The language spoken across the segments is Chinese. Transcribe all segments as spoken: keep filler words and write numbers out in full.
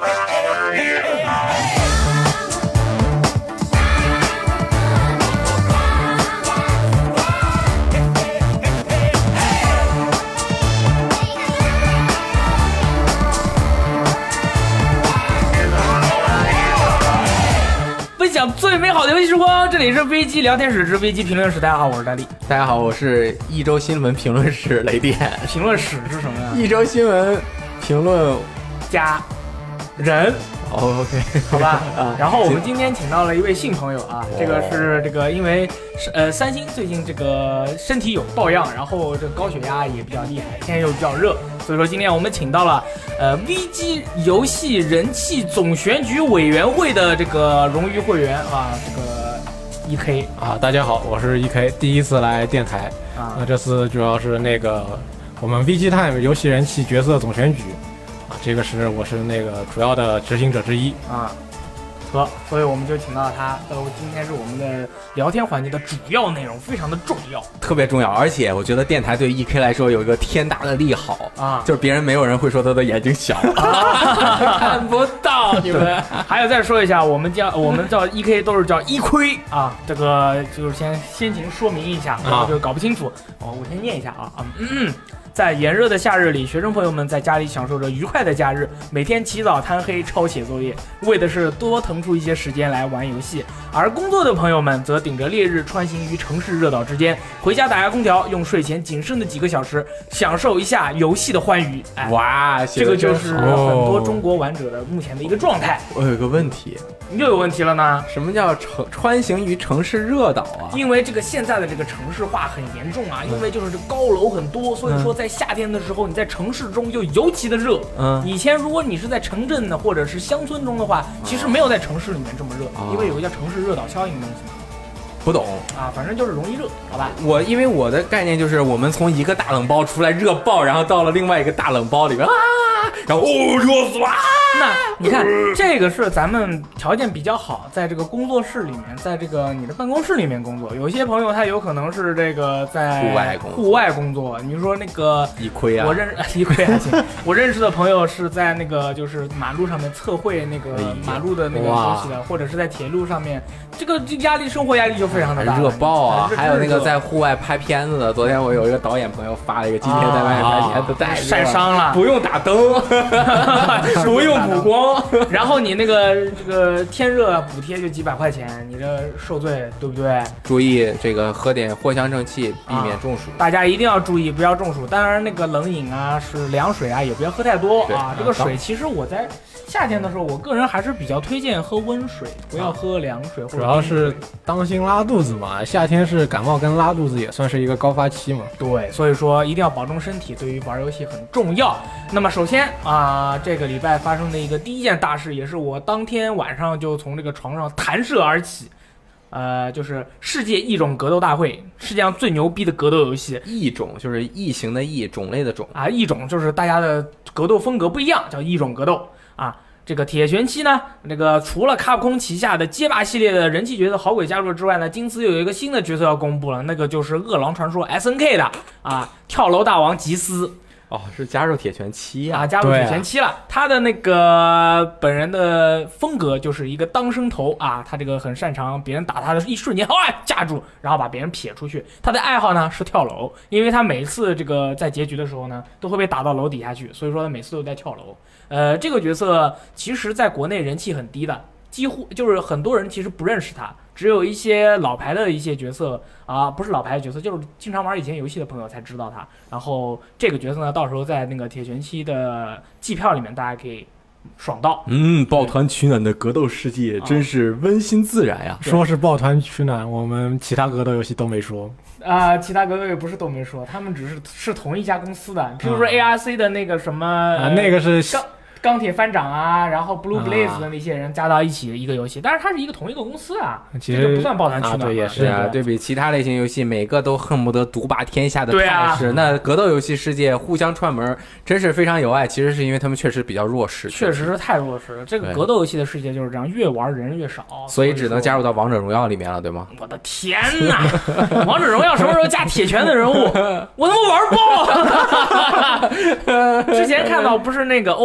最美好的游戏时光，这里是飞机聊天室之飞机评论室。大家好，我是大力。 大家好，我是一周新闻评论室雷电。 评论室是什么呀？ 一周新闻评论加人。 哦 ，OK， 好吧。啊，然后我们今天请到了一位新朋友啊，这个是这个因为呃三星最近这个身体有抱恙，然后这个高血压也比较厉害，天又比较热，所以说今天我们请到了呃 V G 游戏人气总选举委员会的这个荣誉会员啊，这个 E K 啊，大家好，我是 E K， 第一次来电台啊，那这次主要是那个我们 V G Time 游戏人气角色总选举。这个是我是那个主要的执行者之一啊，呵，所以我们就请到他。呃，今天是我们的聊天环节的主要内容，非常的重要， 特别重要。而且我觉得电台对 E K 来说有一个天大的利好啊， 就是别人没有人会说他的眼睛小， 啊、看不到你们。还有再说一下，我们叫我们叫 E K 都是叫一亏啊，这个就是先先行说明一下，然后就搞不清楚。哦，我先念一下啊啊嗯。嗯在炎热的夏日里，学生朋友们在家里享受着愉快的假日，每天起早贪黑抄写作业，为的是多腾出一些时间来玩游戏。而工作的朋友们则顶着烈日穿行于城市热岛之间，回家打下空调，用睡前仅剩的几个小时享受一下游戏的欢愉。哎， 哇， 这个就是很多中国玩者的目前的一个状态。 我有个问题， 你又有问题了呢？ 什么叫城穿行于城市热岛啊？ 因为这个现在的这个城市化很严重啊，因为就是这高楼很多，所以说在夏天的时候，你在城市中就尤其的热。嗯，以前如果你是在城镇的或者是乡村中的话，其实没有在城市里面这么热，因为有个叫城市热岛效应的东西。 不懂啊，反正就是容易热，好吧？ 我因为我的概念就是我们从一个大冷包出来热爆，然后到了另外一个大冷包里边啊，然后哦热死了。 那你看，这个是咱们条件比较好，在这个工作室里面，在这个你的办公室里面工作。有些朋友他有可能是这个在户外工户外工作。你说那个一亏啊， 我认一亏还行。我认识的朋友是在那个就是马路上面测绘那个马路的那个东西的，或者是在铁路上面，这个压力生活压力就非常的大， 热爆啊！还有那个在户外拍片子的，昨天我有一个导演朋友发了一个，今天在外面拍片子，带晒伤了， 不用打灯， 不用补光，然后你那个这个天热补贴就几百块钱，你这受罪对不对？ 注意这个喝点藿香正气，避免中暑。 大家一定要注意，不要中暑。当然那个冷饮啊，是凉水啊，也不要喝太多啊。这个水其实我在夏天的时候，我个人还是比较推荐喝温水，不要喝凉水。 主要是当心拉肚子嘛，夏天是感冒跟拉肚子也算是一个高发期嘛。 对，所以说一定要保重身体，对于玩游戏很重要。那么首先啊、呃，这个礼拜发生的一个第一件大事，也是我当天晚上就从这个床上弹射而起。呃，就是世界异种格斗大会，世界上最牛逼的格斗游戏。 异种就是异形的异，种类的种啊，异种就是大家的格斗风格不一样，叫异种格斗啊。这个铁拳七呢，那个除了卡普空旗下的街霸系列的人气角色好鬼加入之外呢，今次又有一个新的角色要公布了，那个就是饿狼传说 S N K 的啊，跳楼大王吉斯。 哦，是加入铁拳七啊， 啊加入铁拳七了、啊。他的那个本人的风格就是一个当生头啊，他这个很擅长别人打他的一瞬间，哇、哦，架住，然后把别人撇出去。他的爱好呢是跳楼，因为他每次这个在结局的时候呢，都会被打到楼底下去，所以说他每次都在跳楼。呃，这个角色其实在国内人气很低的，几乎就是很多人其实不认识他。只有一些老牌的一些角色啊，不是老牌的角色，就是经常玩以前游戏的朋友才知道他。然后这个角色呢，到时候在那个铁拳七的季票里面，大家可以爽到。 嗯，抱团取暖的格斗世界真是温馨自然呀。 啊、说是抱团取暖，我们其他格斗游戏都没说。 啊、呃，其他格斗也不是都没说，他们只是是同一家公司的。比如说 A R C 的那个什么， 啊，那个是。 钢铁翻掌啊，然后 Blue Blaze 的那些人加到一起的一个游戏，但是它是一个同一个公司啊， 其实这就不算抱团取暖、 啊。对，也是啊。对比其他类型游戏，每个都恨不得独霸天下的态势、 啊， 那格斗游戏世界互相串门，真是非常有爱。其实是因为他们确实比较弱势， 确实是太弱势了。这个格斗游戏的世界就是这样，越玩人越少， 所以只能加入到王者荣耀里面了，对吗？ 我的天哪！王者荣耀什么时候加铁拳的人物？我他妈玩爆！之前看到不是那个欧版还是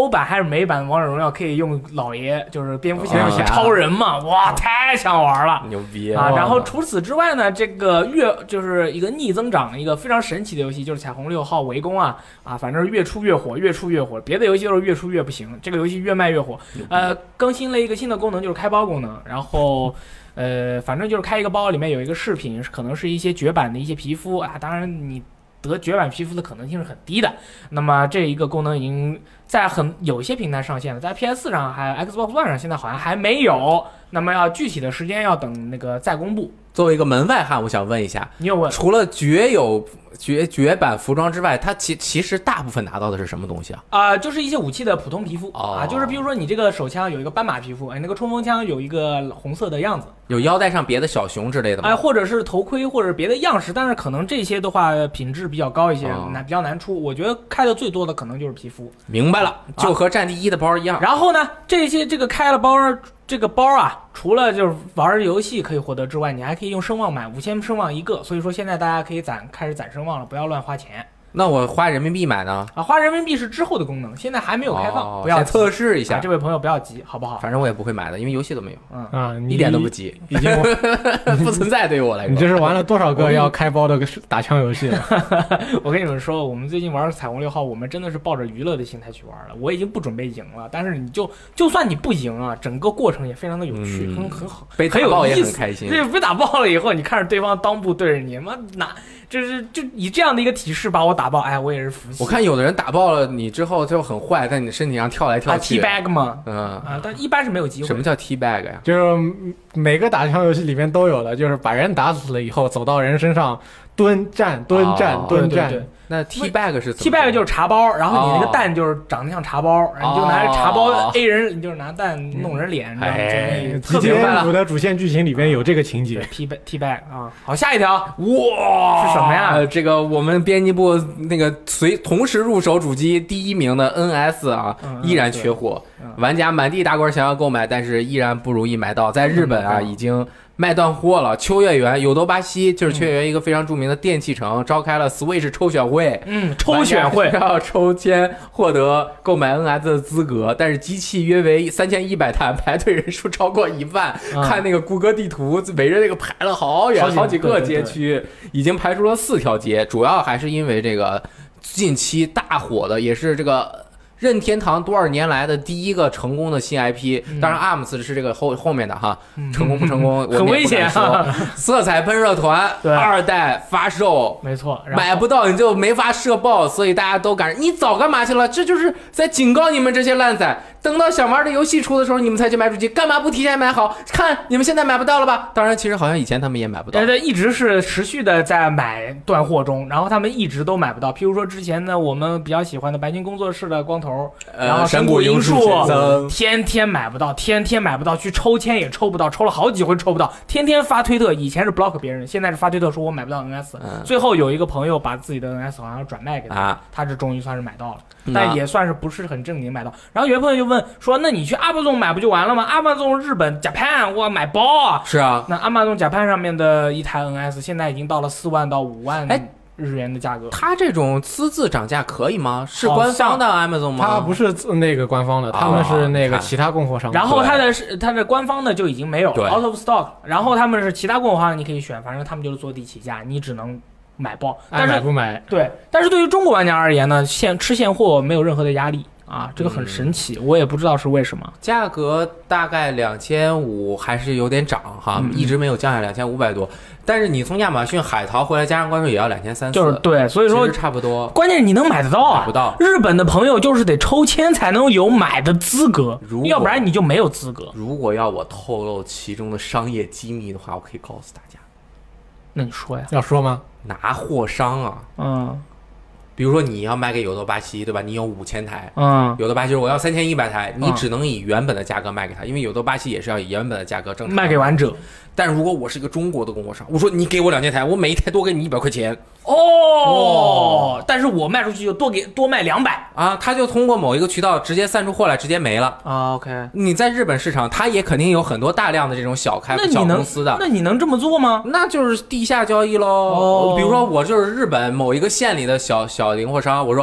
美版王者荣耀可以用老爷，就是蝙蝠蝙蝠侠侠、超人嘛，哇，太想玩了。 牛逼啊！然后除此之外呢，这个月就是一个逆增长，一个非常神奇的游戏，就是彩虹六号围攻啊啊，反正是越出越火，越出越火。别的游戏都是越出越不行，这个游戏越卖越火。呃，更新了一个新的功能，就是开包功能，然后。呃，反正就是开一个包，里面有一个饰品，可能是一些绝版的一些皮肤啊。当然，你得绝版皮肤的可能性是很低的。那么这一个功能已经在很有些平台上线了，在 P S 四上还有 Xbox One 上现在好像还没有。那么要具体的时间要等那个再公布。 作为一个门外汉，我想问一下， 你有问？ 除了绝有绝绝版服装之外，它其其实大部分拿到的是什么东西啊？ 啊、呃，就是一些武器的普通皮肤、 哦、 啊，就是比如说你这个手枪有一个斑马皮肤，哎，那个冲锋枪有一个红色的样子， 有腰带上别的小熊之类的吗？ 哎，或者是头盔或者别的样式，但是可能这些的话品质比较高一些， 哦、 难比较难出。我觉得开的最多的可能就是皮肤。 明白了，就和战地一的包一样。 啊、然后呢，这些这个开了包。这个包啊，除了就是玩游戏可以获得之外，你还可以用声望买五千声望一个，所以说现在大家可以攒开始攒声望了，不要乱花钱。 那我花人民币买呢？ 啊，花人民币是之后的功能，现在还没有开放， 哦、 不要测试一下、 啊。这位朋友不要急，好不好？ 反正我也不会买的，因为游戏都没有。 嗯啊， 一点都不急， 已经不存在对于我来说。 你这是玩了多少个要开包的打枪游戏了？ 我跟你们说，我们最近玩彩虹六号，我们真的是抱着娱乐的心态去玩了。我已经不准备赢了，但是你就就算你不赢啊，整个过程也非常的有趣， 嗯、 很很好， 被打爆也很开心。 对，被打爆了以后，你看着对方裆部对着你，妈哪就是就以这样的一个体式把我打爆，哎，我也是服气。 我看有的人打爆了你之后就很坏，在你身体上跳来跳去。 啊 ，T bag 吗？ 嗯啊，但一般是没有机会。 什么叫 T bag 呀？ 就是每个打枪游戏里面都有的，就是把人打死了以后，走到人身上蹲站蹲站、 哦、 蹲站。 对对对， 那 T bag 是怎么 ？T bag 就是茶包，然后你那个蛋就是长得像茶包， 哦、 然后你就拿着茶包 A 人，你就是拿蛋弄人脸， 哎， 特别快了。的主线剧情里面有这个情节。 T bag T bag 啊，好，下一条哇是什么呀？ 呃，这个我们编辑部那个随同时入手主机第一名的 N S 啊， 嗯、 依然缺货， 嗯、 玩家满地打滚想要购买，但是依然不容易买到，在日本啊、嗯、已经。卖断货了。秋叶原有多巴西就是秋叶原一个非常著名的电器城，召开了 Switch 抽选会。 嗯，抽选会要抽签获得购买 N S 的资格，但是机器约为三千一百台，排队人数超过一万。嗯、看那个谷歌地图，围着那个排了好远，好几个街区，对对对，已经排出了四条街。主要还是因为这个近期大火的，也是这个。任天堂多少年来的第一个成功的新 I P，、嗯、当然 A R M S 是这个后后面的哈，嗯、成功不成功、嗯、 很危险啊！ 色彩喷射团二代发售， 没错， 买不到你就没法射爆，所以大家都赶，你早干嘛去了？这就是在警告你们这些烂仔，等到想玩的游戏出的时候，你们才去买主机，干嘛不提前买好？看你们现在买不到了吧？当然，其实好像以前他们也买不到， 对对，一直是持续的在买断货中，然后他们一直都买不到。譬如说之前呢，我们比较喜欢的白金工作室的光头，然后神谷英树天天买不到，天天买不到，去抽签也抽不到，抽了好几回抽不到，天天发推特，以前是 block 别人，现在是发推特说我买不到 N S，、嗯、最后有一个朋友把自己的 N S 好像转卖给他，啊、他这终于算是买到了，但也算是不是很正经买到。然后有一朋友就问说，那你去 Amazon 买不就完了吗 ？Amazon 日本 Japan 我买包啊， 是啊， 那 Amazon Japan 上面的一台 N S 现在已经到了四万到五万。哎。日元的价格， 它这种私自涨价可以吗？是官方的 Amazon 吗？ 它不是那个官方的，他们是那个其他供货商。 然后它的是它的官方的就已经没有 out of stock， 然后他们是其他供货商你可以选，反正他们就是坐地起价，你只能买爆。但是买不买？ 对，但是对于中国玩家而言呢，现吃现货没有任何的压力。啊，这个很神奇、嗯，我也不知道是为什么。 价格大概两千五，还是有点涨哈、嗯，一直没有降下两千五百多。但是你从亚马逊、海淘回来加上关税也要两千三， 就是对，所以说差不多。 关键你能买得到啊？ 买不到。 日本的朋友就是得抽签才能有买的资格，要不然你就没有资格。 如果要我透露其中的商业机密的话，我可以告诉大家。 那你说呀？ 要说吗？ 拿货商啊， 嗯。 比如说你要卖给有多巴西，对吧？你有五千台， 嗯， 有多巴西我要三千一百台，你只能以原本的价格卖给他，因为有多巴西也是要以原本的价格正常卖给玩者。 但如果我是一个中国的供货商，我说你给我两千台，我每一台多给你一百块钱。 哦，哦但是我卖出去就多给多卖两百啊，他就通过某一个渠道直接散出货来，直接没了啊。OK， 你在日本市场，他也肯定有很多大量的这种小开小公司的， 那你能这么做吗？ 那就是地下交易喽。 哦， 比如说我就是日本某一个县里的小小零货商，我说。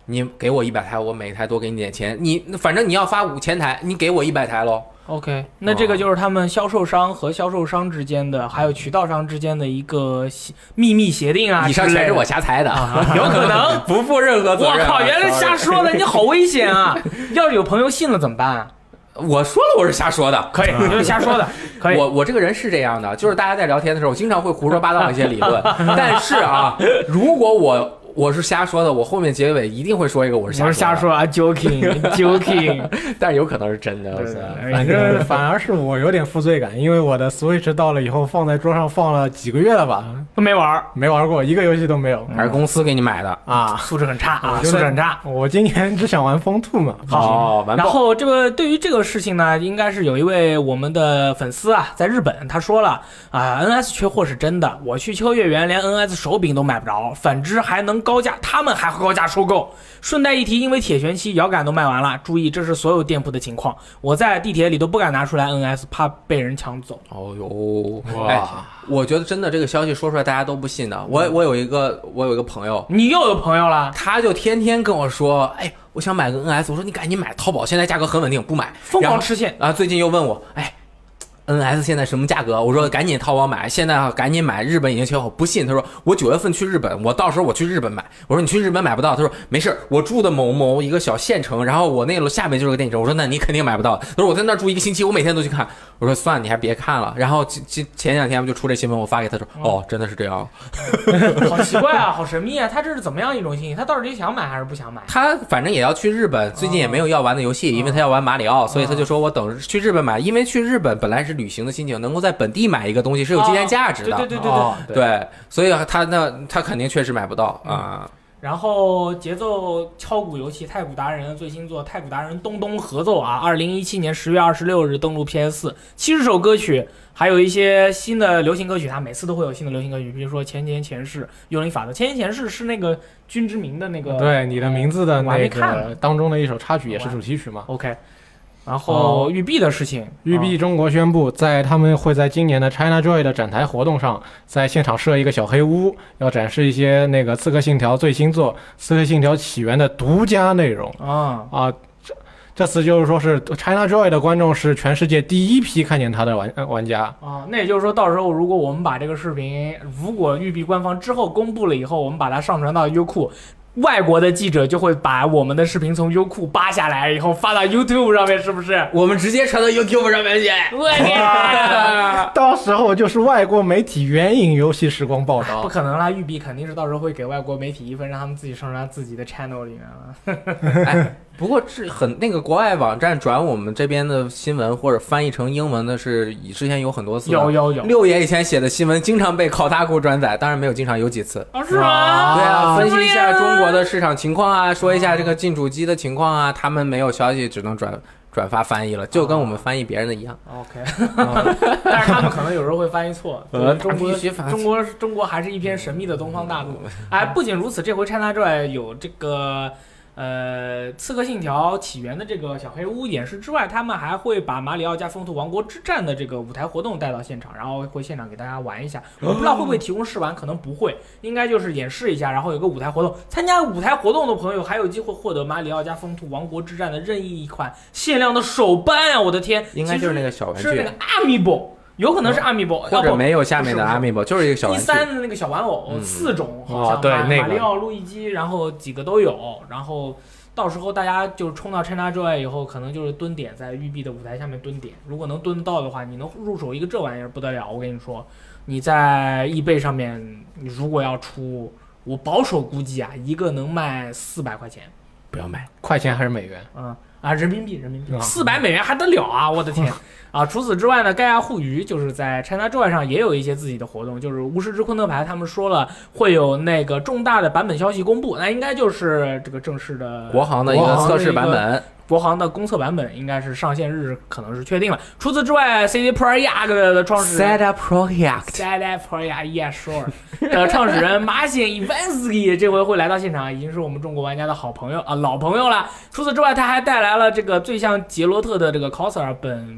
你给我一百台，我每台多给你点钱，你反正你要发五千台，你给我一百台喽。 OK， 那这个就是他们销售商和销售商之间的，还有渠道商之间的一个秘密协定啊。 以上全是我瞎猜的， 啊、有可能不负任何责任。 我靠，原来瞎说的，你好危险啊！要是有朋友信了怎么办啊？ 我说了，我是瞎说的， 可以，你就是瞎说的，可以。 我我这个人是这样的，就是大家在聊天的时候，我经常会胡说八道一些理论，但是啊，如果我。我是瞎说的，我后面结尾一定会说一个我是瞎说的。 我是瞎说啊 ，joking joking， 但是有可能是真的。 反正反而是我有点负罪感，因为我的 Switch 到了以后放在桌上放了几个月了吧， 都没玩， 没玩过，一个游戏都没有。 还是公司给你买的啊？ 素质很差啊，素质很差。 我今年只想玩风兔嘛。 好， 然后这个对于这个事情呢，应该是有一位我们的粉丝啊，在日本他说了啊 ，N S 缺货是真的，我去秋叶原连 N S 手柄都买不着，反之还能高价，他们还高价收购。顺带一提，因为铁玄七摇杆都卖完了，注意这是所有店铺的情况。我在地铁里都不敢拿出来 N S， 怕被人抢走。 哦哟，哇、哎！我觉得真的这个消息说出来大家都不信的。我我有一个我有一个朋友， 你又有朋友了， 他就天天跟我说，哎，我想买个 N S， 我说你赶紧买，淘宝现在价格很稳定，不买， 疯狂吃线啊！最近又问我，哎。N S 现在什么价格？我说赶紧淘宝买，现在赶紧买，日本已经缺货。不信，他说我九月份去日本，我到时候我去日本买。我说你去日本买不到，他说没事，我住的某某一个小县城，然后我那楼下面就是个电影城。我说那你肯定买不到。他说我在那住一个星期，我每天都去看。我说算了，你还别看了。然后前前两天不就出这新闻，我发给他说，哦，真的是这样。 好奇怪啊，好神秘啊！他这是怎么样一种心情？他到底想买还是不想买？ 他反正也要去日本，最近也没有要玩的游戏，因为他要玩马里奥，所以他就说我等去日本买，因为去日本本来是旅行的心情，能够在本地买一个东西是有纪念价值的。 对对对对对对，对，所以他那他肯定确实买不到啊。 嗯然后节奏敲鼓游戏太鼓达人最新作太鼓达人东东合奏啊，二零一七年十月二十六日登陆 P S 四，七十首歌曲，还有一些新的流行歌曲，它每次都会有新的流行歌曲，比如说前前前世、幽灵法则。前前前世是那个君之名的那个， 对你的名字的那个当中的一首插曲，也是主题曲嘛。 OK。然后育碧的事情， 育碧中国宣布，在他们会在今年的 ChinaJoy 的展台活动上，在现场设一个小黑屋，要展示一些那个《刺客信条》最新作《刺客信条：起源》的独家内容啊啊！这这次就是说是 ChinaJoy 的观众是全世界第一批看见他的玩玩家啊。那也就是说，到时候如果我们把这个视频，如果育碧官方之后公布了以后，我们把它上传到优酷。外国的记者就会把我们的视频从优酷扒下来，以后发到 YouTube 上面，是不是？ 我们直接传到 YouTube 上面去。 我天！ 到时候就是外国媒体援引游戏时光报道。 不可能啦，育碧肯定是到时候会给外国媒体一份，让他们自己上传自己的 channel 里面了。 哎，不过这很那个国外网站转我们这边的新闻或者翻译成英文的是之前有很多次。 有有有。 六爷以前写的新闻经常被考大库转载，当然没有经常，有几次。 啊，是吗？ 对啊，分析一下中国的市场情况啊，说一下这个进主机的情况啊，他们没有消息，只能转转发翻译了，就跟我们翻译别人的一样。 OK， 但是他们可能有时候会翻译错。 呃， 中国中国中国还是一片神秘的东方大陆。哎，不仅如此，这回 ChinaJoy 有这个。呃，刺客信条起源的这个小黑屋演示之外，他们还会把马里奥加风兔王国之战的这个舞台活动带到现场，然后会现场给大家玩一下。我不知道会不会提供试玩，可能不会，应该就是演示一下，然后有个舞台活动。参加舞台活动的朋友还有机会获得马里奥加风兔王国之战的任意一款限量的手办啊！我的天， 应该就是那个小玩具， 是那个 Amiibo。有可能是 Amiibo，、 或者没有下面的 Amiibo，就是一个小玩具。 第三的那个小玩偶，嗯、四种，好像、 哦、对，那个马里奥、路易基，然后几个都有。然后到时候大家就冲到 ChinaJoy 以后，可能就是蹲点在育碧的舞台下面蹲点。如果能蹲得到的话，你能入手一个这玩意儿不得了。我跟你说，你在易贝上面，你如果要出，我保守估计啊，一个能卖四百块钱。 不要买， 块钱还是美元？ 嗯啊，人民币，人民币，四百美元还得了啊！我的天。啊，除此之外呢，盖亚互娱就是在 ChinaJoy 上也有一些自己的活动，就是巫师之昆特牌他们说了会有那个重大的版本消息公布，那应该就是这个正式的国行的一个测试版本。 国行的公测版本应该是上线日可能是确定了。除此之外 ，C D Projekt 的创始人 C D Projekt C D Projekt Yeah Sure 的创始人马显伊万斯基这回会来到现场，已经是我们中国玩家的好朋友啊，老朋友了。除此之外，他还带来了这个最像杰罗特的这个 coser 本 Berkman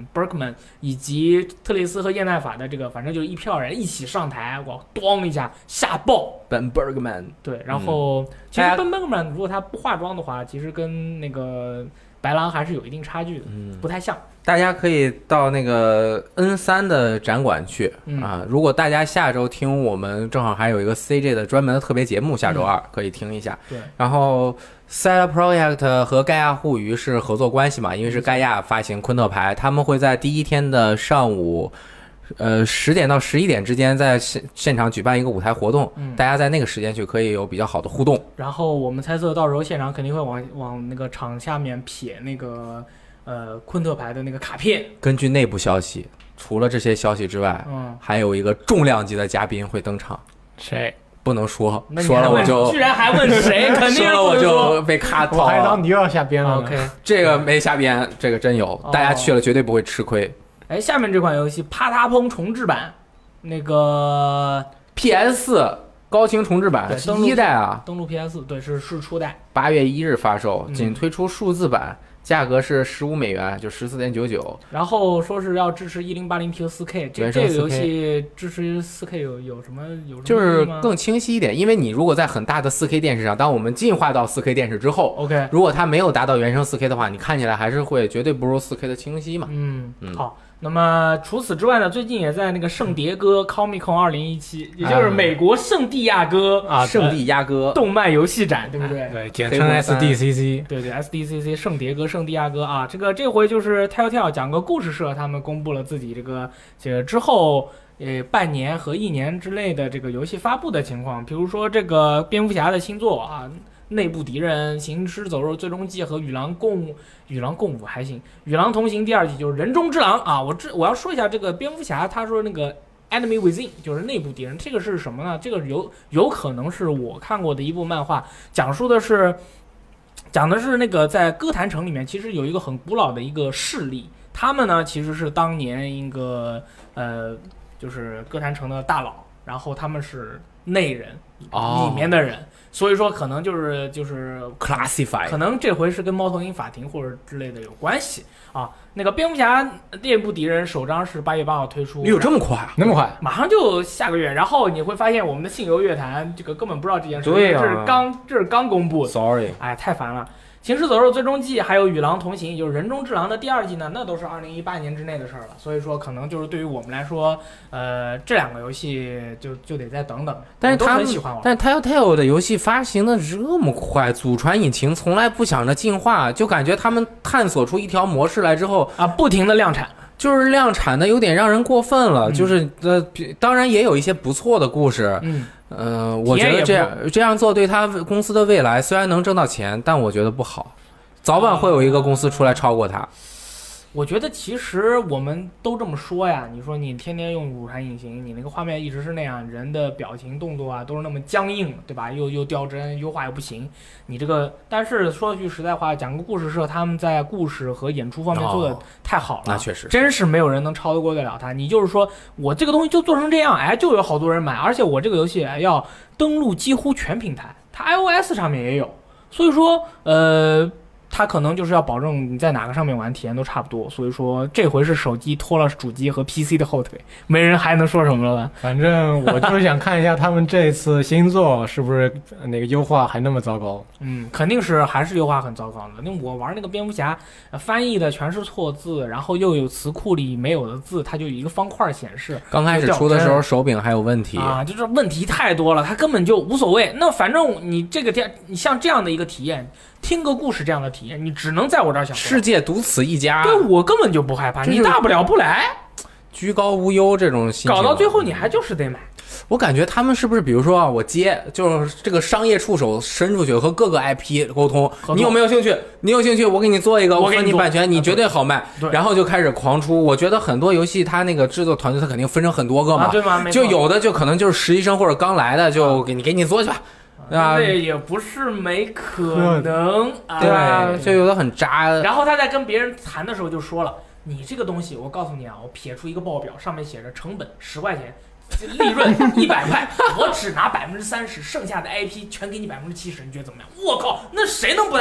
Bergman 以及特雷斯和叶奈法的这个，反正就是一票人一起上台，哇，咣一下吓爆 Ben Bergman。 对，然后、嗯、其实大家 Ben Bergman 如果他不化妆的话，其实跟那个白狼还是有一定差距的， 嗯， 不太像。 大家可以到那个 N 三 的展馆去、 嗯、 啊！如果大家下周听我们正好还有一个 C J 的专门的特别节目，下周二、嗯、可以听一下。 对， 然后 Side Project 和盖亚互娱是合作关系嘛，因为是盖亚发行昆特牌，他们会在第一天的上午。呃，十点到十一点之间，在现现场举办一个舞台活动、嗯，大家在那个时间去可以有比较好的互动。 然后我们猜测，到时候现场肯定会往往那个场下面撇那个呃昆特牌的那个卡片。 根据内部消息，除了这些消息之外，嗯，还有一个重量级的嘉宾会登场。 谁？ 不能说，说了我就居然还问谁？肯定说了我就被卡套了。 我还当你又要下边了。 OK， 这个没下边，这个真有，哦、大家去了绝对不会吃亏。 哎，下面这款游戏《啪嗒砰》重制版，那个 P S 四 高清重制版是一代啊， 登陆 P S 对，是是初代， 八月一日发售，仅推出数字版，嗯、价格是十五美元，就十四点九九。 然后说是要支持一零八零 P 和四 K， 这这个游戏支持四 K 有有什么有什么就是更清晰一点，因为你如果在很大的四 K 电视上，当我们进化到四 K 电视之后 ，OK， 如果它没有达到原生四 K 的话，你看起来还是会绝对不如四 K 的清晰嘛。 嗯，嗯好。那么除此之外呢，最近也在那个圣迭戈 Comic-Con 二零一七，也就是美国圣地亚哥啊，圣地亚哥动漫游戏展，对不对？ 对，简称 S D C C。 对对 ，S D C C 圣迭戈圣地亚哥啊，这个这回就是 Telltale 讲个故事社，他们公布了自己这个这个之后呃半年和一年之内的这个游戏发布的情况，比如说这个蝙蝠侠的新作啊。内部敌人、行尸走肉最终季和与狼共舞，与狼共舞还行，与狼同行第二季就是人中之狼啊！我这我要说一下这个蝙蝠侠，他说那个 enemy within 就是内部敌人，这个是什么呢？这个有有可能是我看过的一部漫画，讲述的是讲的是那个在歌坛城里面，其实有一个很古老的一个势力，他们呢其实是当年一个呃就是歌坛城的大佬，然后他们是内人、哦、里面的人。所以说可能就是就是 classify， 可能这回是跟猫头鹰法庭或者之类的有关系啊。那个蝙蝠侠内部敌人首张是八月八号推出， 有这么快啊？ 那么快？ 马上就下个月。然后你会发现我们的信游乐坛这个根本不知道这件事， 对啊， 这是刚这是刚公布 ，sorry， 哎，太烦了。行尸走肉最终季还有与狼同行，也就是人中之狼的第二季呢，那都是二零一八年之内的事儿了。所以说，可能就是对于我们来说，呃，这两个游戏就就得再等等。 但是他们喜欢玩， 但是 Telltale 的游戏发行的这么快，祖传引擎从来不想着进化，就感觉他们探索出一条模式来之后啊，不停的量产。 就是量产的有点让人过分了，嗯、就是呃，当然也有一些不错的故事， 嗯， 呃，我觉得这样这样做对他公司的未来虽然能挣到钱，但我觉得不好，早晚会有一个公司出来超过他。 我觉得其实我们都这么说呀，你说你天天用乳传引擎，你那个画面一直是那样，人的表情动作啊都是那么僵硬，对吧？又又掉帧，优化又不行，你这个，但是说句实在话，讲个故事社他们在故事和演出方面做的太好了，哦、 那确实， 真是没有人能超得过得了他。你就是说我这个东西就做成这样，哎，就有好多人买，而且我这个游戏要登陆几乎全平台，它 iOS 上面也有，所以说呃。它可能就是要保证你在哪个上面玩体验都差不多，所以说这回是手机拖了主机和 P C 的后腿，没人还能说什么了吧？ 反正我就是想看一下他们这次新作是不是那个优化还那么糟糕。 嗯，肯定是还是优化很糟糕的。那我玩那个蝙蝠侠，翻译的全是错字，然后又有词库里没有的字，它就有一个方块显示。 刚开始出的时候手柄还有问题啊，就是问题太多了，它根本就无所谓。那反正你这个你像这样的一个体验。听个故事这样的体验，你只能在我这儿享受。 世界独此一家， 对我根本就不害怕，你大不了不来， 居高无忧这种心情。 搞到最后你还就是得买。 我感觉他们是不是，比如说啊，我接就是这个商业触手伸出去和各个 I P 沟通，你有没有兴趣？你有兴趣，我给你做一个，我给你版权，你绝对好卖。然后就开始狂出。我觉得很多游戏它那个制作团队，它肯定分成很多个嘛， 啊、对吗？ 就有的就可能就是实习生或者刚来的，就给你给你做去吧。 啊，这也不是没可能， 对吧？就有的很渣。 然后他在跟别人谈的时候就说了：“你这个东西，我告诉你啊，我撇出一个报表，上面写着成本十块钱，利润一百块，我只拿百分之三十，剩下的 I P 全给你百分之七十，你觉得怎么样？”我靠，那谁能不答应？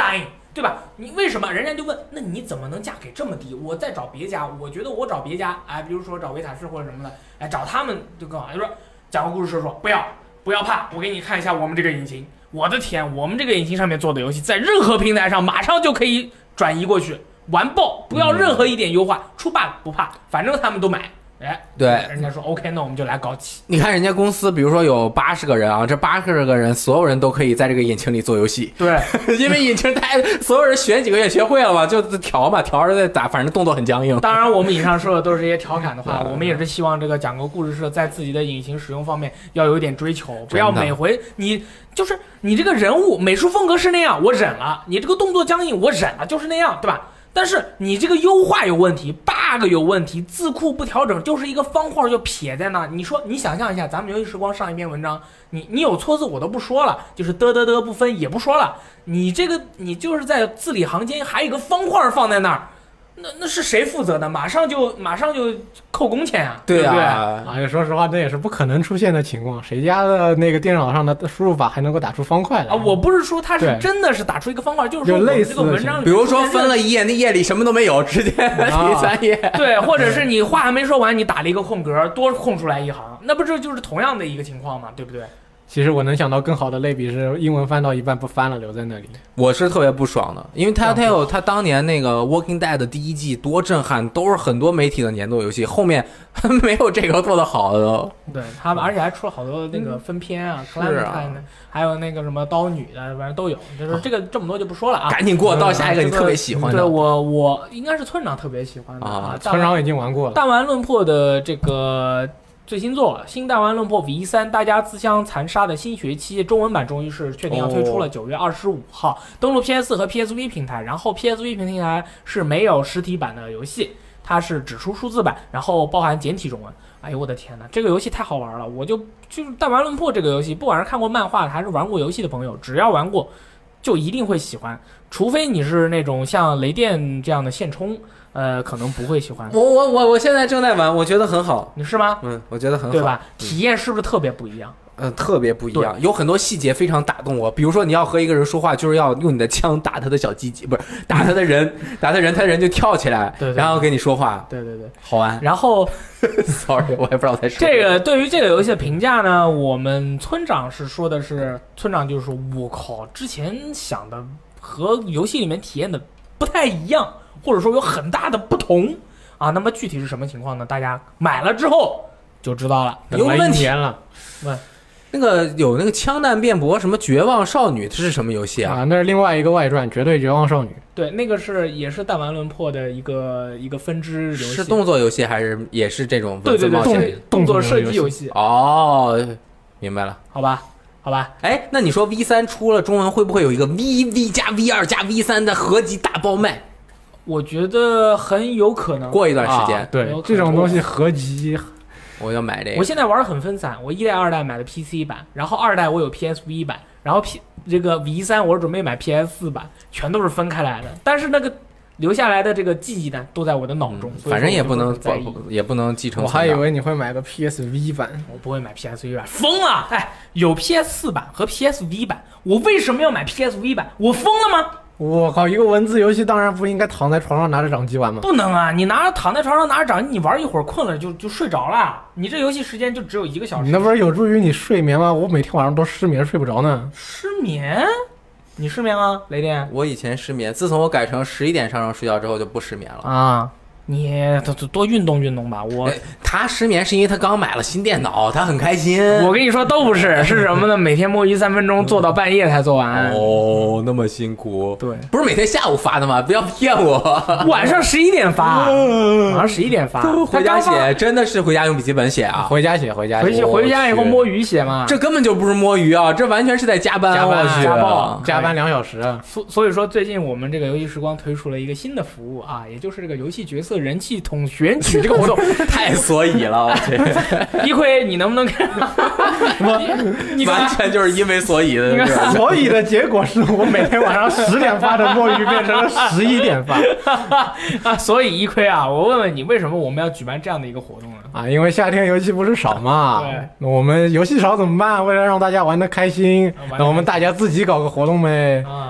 对吧？你为什么？人家就问，那你怎么能价给这么低？我再找别家，我觉得我找别家，哎，比如说找维塔士或者什么的，哎，找他们就更好。就说讲个故事说，不要不要怕，我给你看一下我们这个引擎。我的天，我们这个引擎上面做的游戏，在任何平台上马上就可以转移过去，完爆，不要任何一点优化，出 bug 不怕，反正他们都买。哎， 对， 人家说 OK， 那我们就来搞起。 你看人家公司，比如说有八十个人啊，这八十个人，所有人都可以在这个引擎里做游戏。 对， 因为引擎太，所有人学几个月学会了嘛，就调嘛，调着再打，反正动作很僵硬。 当然，我们以上说的都是这些调侃的话，我们也是希望这个讲个故事社在自己的引擎使用方面要有一点追求，不要每回你就是你这个人物美术风格是那样，我忍了；你这个动作僵硬，我忍了，就是那样，对吧？但是你这个优化有问题 ，bug 有问题，字库不调整，就是一个方块就撇在那。你说，你想象一下，咱们游戏时光上一篇文章，你你有错字我都不说了，就是的的的不分也不说了，你这个你就是在字里行间还有一个方块放在那儿。那那是谁负责的？马上就马上就扣工钱啊！ 对啊， 啊，说实话，这也是不可能出现的情况。谁家的那个电脑上的输入法还能够打出方块来啊？我不是说他是真的是打出一个方块，就是说类似这个文章里， 比如说分了一页，那页里什么都没有，直接第三页。 对，或者是你话还没说完，你打了一个空格，多空出来一行，那不这就是同样的一个情况吗？对不对？ 其实我能想到更好的类比是英文翻到一半不翻了留在那里， 我是特别不爽的，因为他他有他当年那个 Walking Dead 的第一季多震撼，都是很多媒体的年度游戏，后面没有这个做得好的。 对他们，而且还出了好多那个分篇啊， 嗯、是啊， 还有那个什么刀女的，反正都有。就是这个这么多就不说了啊， 赶紧过到下一个你特别喜欢的。 对我我应该是村长特别喜欢的啊， 村长已经玩过了。 弹丸论破的这个。最新作《新弹丸论破 V 三》，大家自相残杀的新学期中文版终于是确定要推出了，九月二十五号登陆 P S 四 和 P S V 平台，然后 P S V 平台是没有实体版的游戏，它是只出数字版，然后包含简体中文。哎呦我的天哪，这个游戏太好玩了！我就就是弹丸论破这个游戏，不管是看过漫画还是玩过游戏的朋友，只要玩过，就一定会喜欢，除非你是那种像雷电这样的现充。呃，可能不会喜欢。 我我我我现在正在玩，我觉得很好。 你是吗？ 嗯，我觉得很好， 对吧？体验是不是特别不一样？ 嗯、呃，特别不一样，有很多细节非常打动我。比如说，你要和一个人说话，就是要用你的枪打他的小鸡鸡，不是打他的人，打他人，他人就跳起来， 对对对， 然后跟你说话。 对对对， 好玩。 然后 ，sorry， 我也不知道在说这个。对于这个游戏的评价呢，我们村长是说的是，村长就是说，我靠，之前想的和游戏里面体验的不太一样。或者说有很大的不同啊，那么具体是什么情况呢？大家买了之后就知道了。 有问题了， 问那个有那个枪弹辩驳什么绝望少女，这是什么游戏啊？ 啊，那是另外一个外传，绝对绝望少女。 对，那个是也是弹丸论破的一个一个分支游戏。 是动作游戏还是也是这种对对对动动作射击游戏？ 哦，明白了， 好吧。好吧， 哎，那你说 V 三出了中文，会不会有一个 V V 加 V 二加 V 三的合集大爆卖？ 我觉得很有可能。 过一段时间，啊、 对这种东西合集， 我要买这个。 我现在玩的很分散，我一代、二代买的 P C 版，然后二代我有 P S V 版，然后 P 这个 V 三我是准备买 P S 四版，全都是分开来的。但是那个留下来的这个记忆呢，都在我的脑中， 嗯、反正也不能也不能继承。 我还以为你会买个 P S V 版， 我不会买 P S V 版，疯了！哎，有 P S 四版和 P S V 版，我为什么要买 P S V 版？我疯了吗？ 我靠，一个文字游戏当然不应该躺在床上拿着掌机玩吗？ 不能啊！你拿着躺在床上拿着掌机，你玩一会儿困了就就睡着了。你这游戏时间就只有一个小时。 你那不是有助于你睡眠吗？我每天晚上都失眠睡不着呢。 失眠？你失眠吗？雷电？ 我以前失眠，自从我改成十一点上床睡觉之后就不失眠了啊。你多多运动运动吧，我、 哎、他失眠是因为他刚买了新电脑，他很开心。 我跟你说都不是，是什么呢？每天摸鱼三分钟，做到半夜才做完。 哦，那么辛苦。 对， 不是每天下午发的吗？不要骗我。 晚上十一点发，晚上十一点发。 回家写，真的是回家用笔记本写啊？ 回家写，回家写。 回去回家以后摸鱼写嘛？ 这根本就不是摸鱼啊，这完全是在加班。 加班， 我加班，加班两小时。 所所以说，最近我们这个游戏时光推出了一个新的服务啊，也就是这个游戏角色人气统选举这个活动。 太所以了，我觉得。 一辉，你能不能看？你你完全就是因为所以的。 所以的结果是我每天晚上十点发的摸鱼变成了十一点发。 啊，所以一辉啊，我问问你，为什么我们要举办这样的一个活动呢？ 啊，因为夏天游戏不是少嘛。 对。 那我们游戏少怎么办？为了让大家玩得开心，那我们大家自己搞个活动呗。 啊。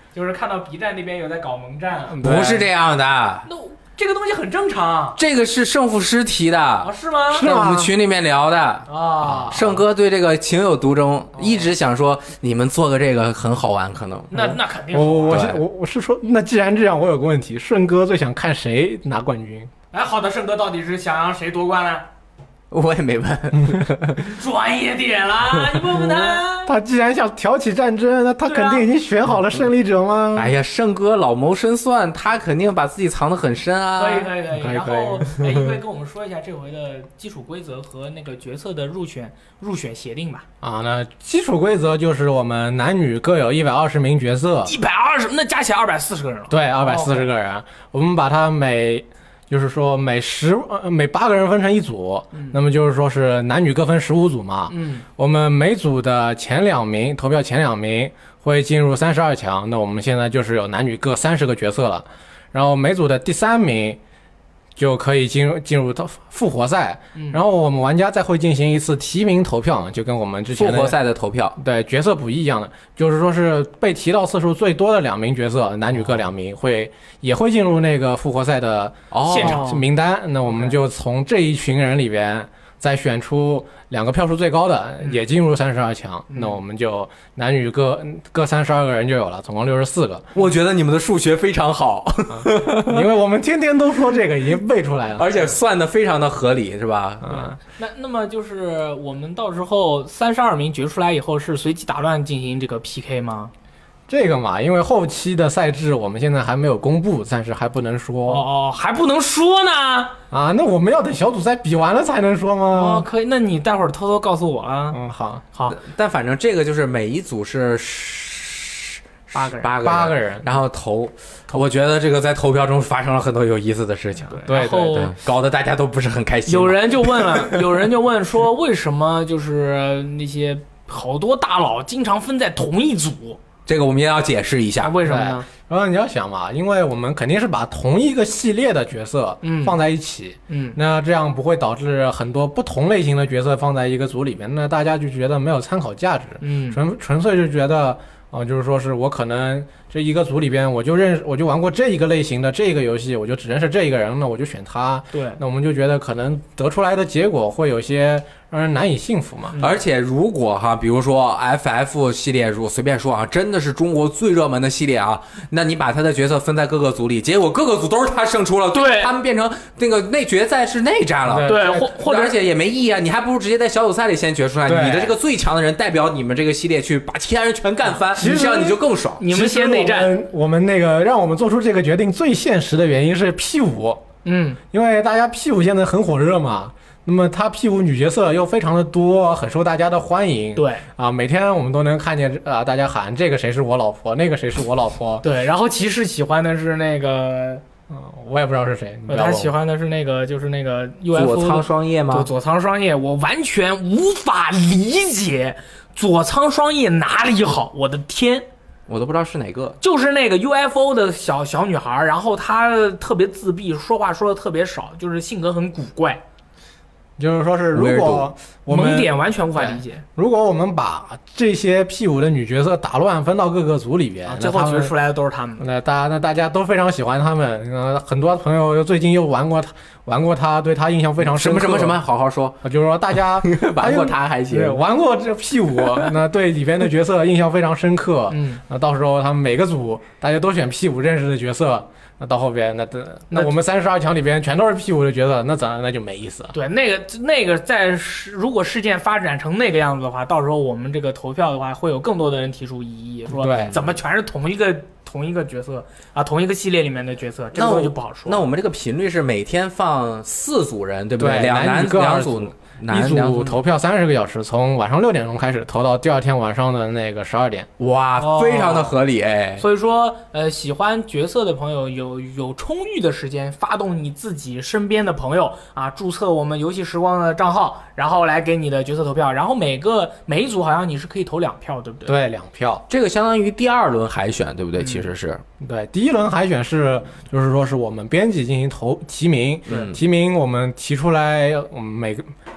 就是看到 B 站那边有在搞盟战， 不是这样的。 那这个东西很正常。 这个是胜负师提的啊？是吗？ 是我们群里面聊的啊。 胜哥对这个情有独钟，一直想说你们做个这个很好玩，可能。 那那肯定。 我我是我我是说，那既然这样，我有个问题，顺哥最想看谁拿冠军？ 哎，好的，胜哥到底是想让谁夺冠呢？ 我也没问， 专业点啦，你问问他。 他既然想挑起战争，那他肯定已经选好了胜利者吗？ 哎呀，胜哥老谋深算，他肯定把自己藏得很深啊。 可以可以可以。 可以然后，哎，一位跟我们说一下这回的基础规则和那个角色的入选入选协定吧。 啊，那基础规则就是我们男女各有一百二十名角色， 一百二十，那加起来二百四十个人了。 对，二百四十个人，我们把它每。就是说每十呃每八个人分成一组，嗯、那么就是说是男女各分十五组嘛。 嗯， 我们每组的前两名投票前两名会进入三十二强，那我们现在就是有男女各三十个角色了，然后每组的第三名就可以进入进入到复活赛， 嗯、 然后我们玩家再会进行一次提名投票，就跟我们之前的复活赛的投票对角色不一样的，就是说是被提到次数最多的两名角色，男女各两名会也会进入那个复活赛的现场名单，那我们就从这一群人里边再选出两个票数最高的， 嗯、 也进入三十二强， 嗯、 那我们就男女各各三十二个人就有了，总共六十四个。 我觉得你们的数学非常好， 嗯、因为我们天天都说这个，已经背出来了， 而且算的非常的合理，是吧？ 嗯， 那那么就是我们到时候三十二名决出来以后是随机打乱进行这个 P K 吗？ 这个嘛，因为后期的赛制我们现在还没有公布，暂时还不能说。 哦哦，还不能说呢。 啊，那我们要等小组赛比完了才能说吗？ 哦，可以，那你待会儿偷偷告诉我啊。 嗯，好， 好。 但反正这个就是每一组是八个人， 八个人， 八个人， 然后投。我觉得这个在投票中发生了很多有意思的事情， 对对对， 搞得大家都不是很开心。 有人就问了，有人就问说，为什么就是那些好多大佬经常分在同一组？ 这个我们也要解释一下， 为什么呢？ 然后你要想嘛，因为我们肯定是把同一个系列的角色放在一起， 嗯， 那这样不会导致很多不同类型的角色放在一个组里面，那大家就觉得没有参考价值， 嗯， 纯纯粹就觉得。啊、呃，就是说是我可能这一个组里边，我就认识，我就玩过这一个类型的这个游戏，我就只认识这一个人，那我就选他。 对， 那我们就觉得可能得出来的结果会有些让人难以信服嘛。 嗯、而且如果哈，比如说 F F 系列，如随便说啊，真的是中国最热门的系列啊，那你把他的角色分在各个组里，结果各个组都是他胜出了， 对， 他们变成那个内决赛是内战了， 对，或或者而且也没意义啊，你还不如直接在小组赛里先决出来，你的这个最强的人代表你们这个系列去把其他人全干翻，这样你就更爽。 你们先内战， 我们那个让我们做出这个决定最现实的原因是 P 五， 嗯， 因为大家 P 五现在很火热嘛。那么他 P 五女角色又非常的多，很受大家的欢迎。 对啊，每天我们都能看见啊，大家喊这个谁是我老婆，那个谁是我老婆。 对，然后骑士喜欢的是那个， 嗯，我也不知道是谁。 他喜欢的是那个，就是那个 U F O 佐仓双叶吗？ 对，佐仓双叶，我完全无法理解佐仓双叶哪里好，我的天！ 我都不知道是哪个， 就是那个 U F O 的小小女孩，然后她特别自闭，说话说的特别少，就是性格很古怪。 就是说是，如果我们萌点完全无法理解。 如果我们把这些 P 五的女角色打乱分到各个组里边， 啊、最后决出来的都是他们。 那大家那大家都非常喜欢他们，呃，很多朋友又最近又玩过他，玩过他，对他印象非常深刻。 什么什么什么？好好说。 就是说大家玩过他还行， 玩过这 P 五，那对里边的角色印象非常深刻。 嗯， 那到时候他们每个组大家都选 P 五认识的角色。那到后边，那那我们三十二强里边全都是 P 五的角色，那咱那就没意思了。 对，那个那个在如果事件发展成那个样子的话，到时候我们这个投票的话，会有更多的人提出异议，说怎么全是同一个同一个角色啊，同一个系列里面的角色，这个就不好说。 那我们这个频率是每天放四组人，对不对？ 两男两组。 一组投票三十个小时，从晚上六点钟开始投到第二天晚上的那个十二点。 哇， 哦、 非常的合理哎。 所以说，呃，喜欢角色的朋友有有充裕的时间，发动你自己身边的朋友啊，注册我们游戏时光的账号，然后来给你的角色投票。然后每个每一组好像你是可以投两票，对不对？ 对，两票。 这个相当于第二轮海选，对不对？嗯、其实是对，第一轮海选是就是说是我们编辑进行投提名， 嗯、 提名我们提出来，我们每个。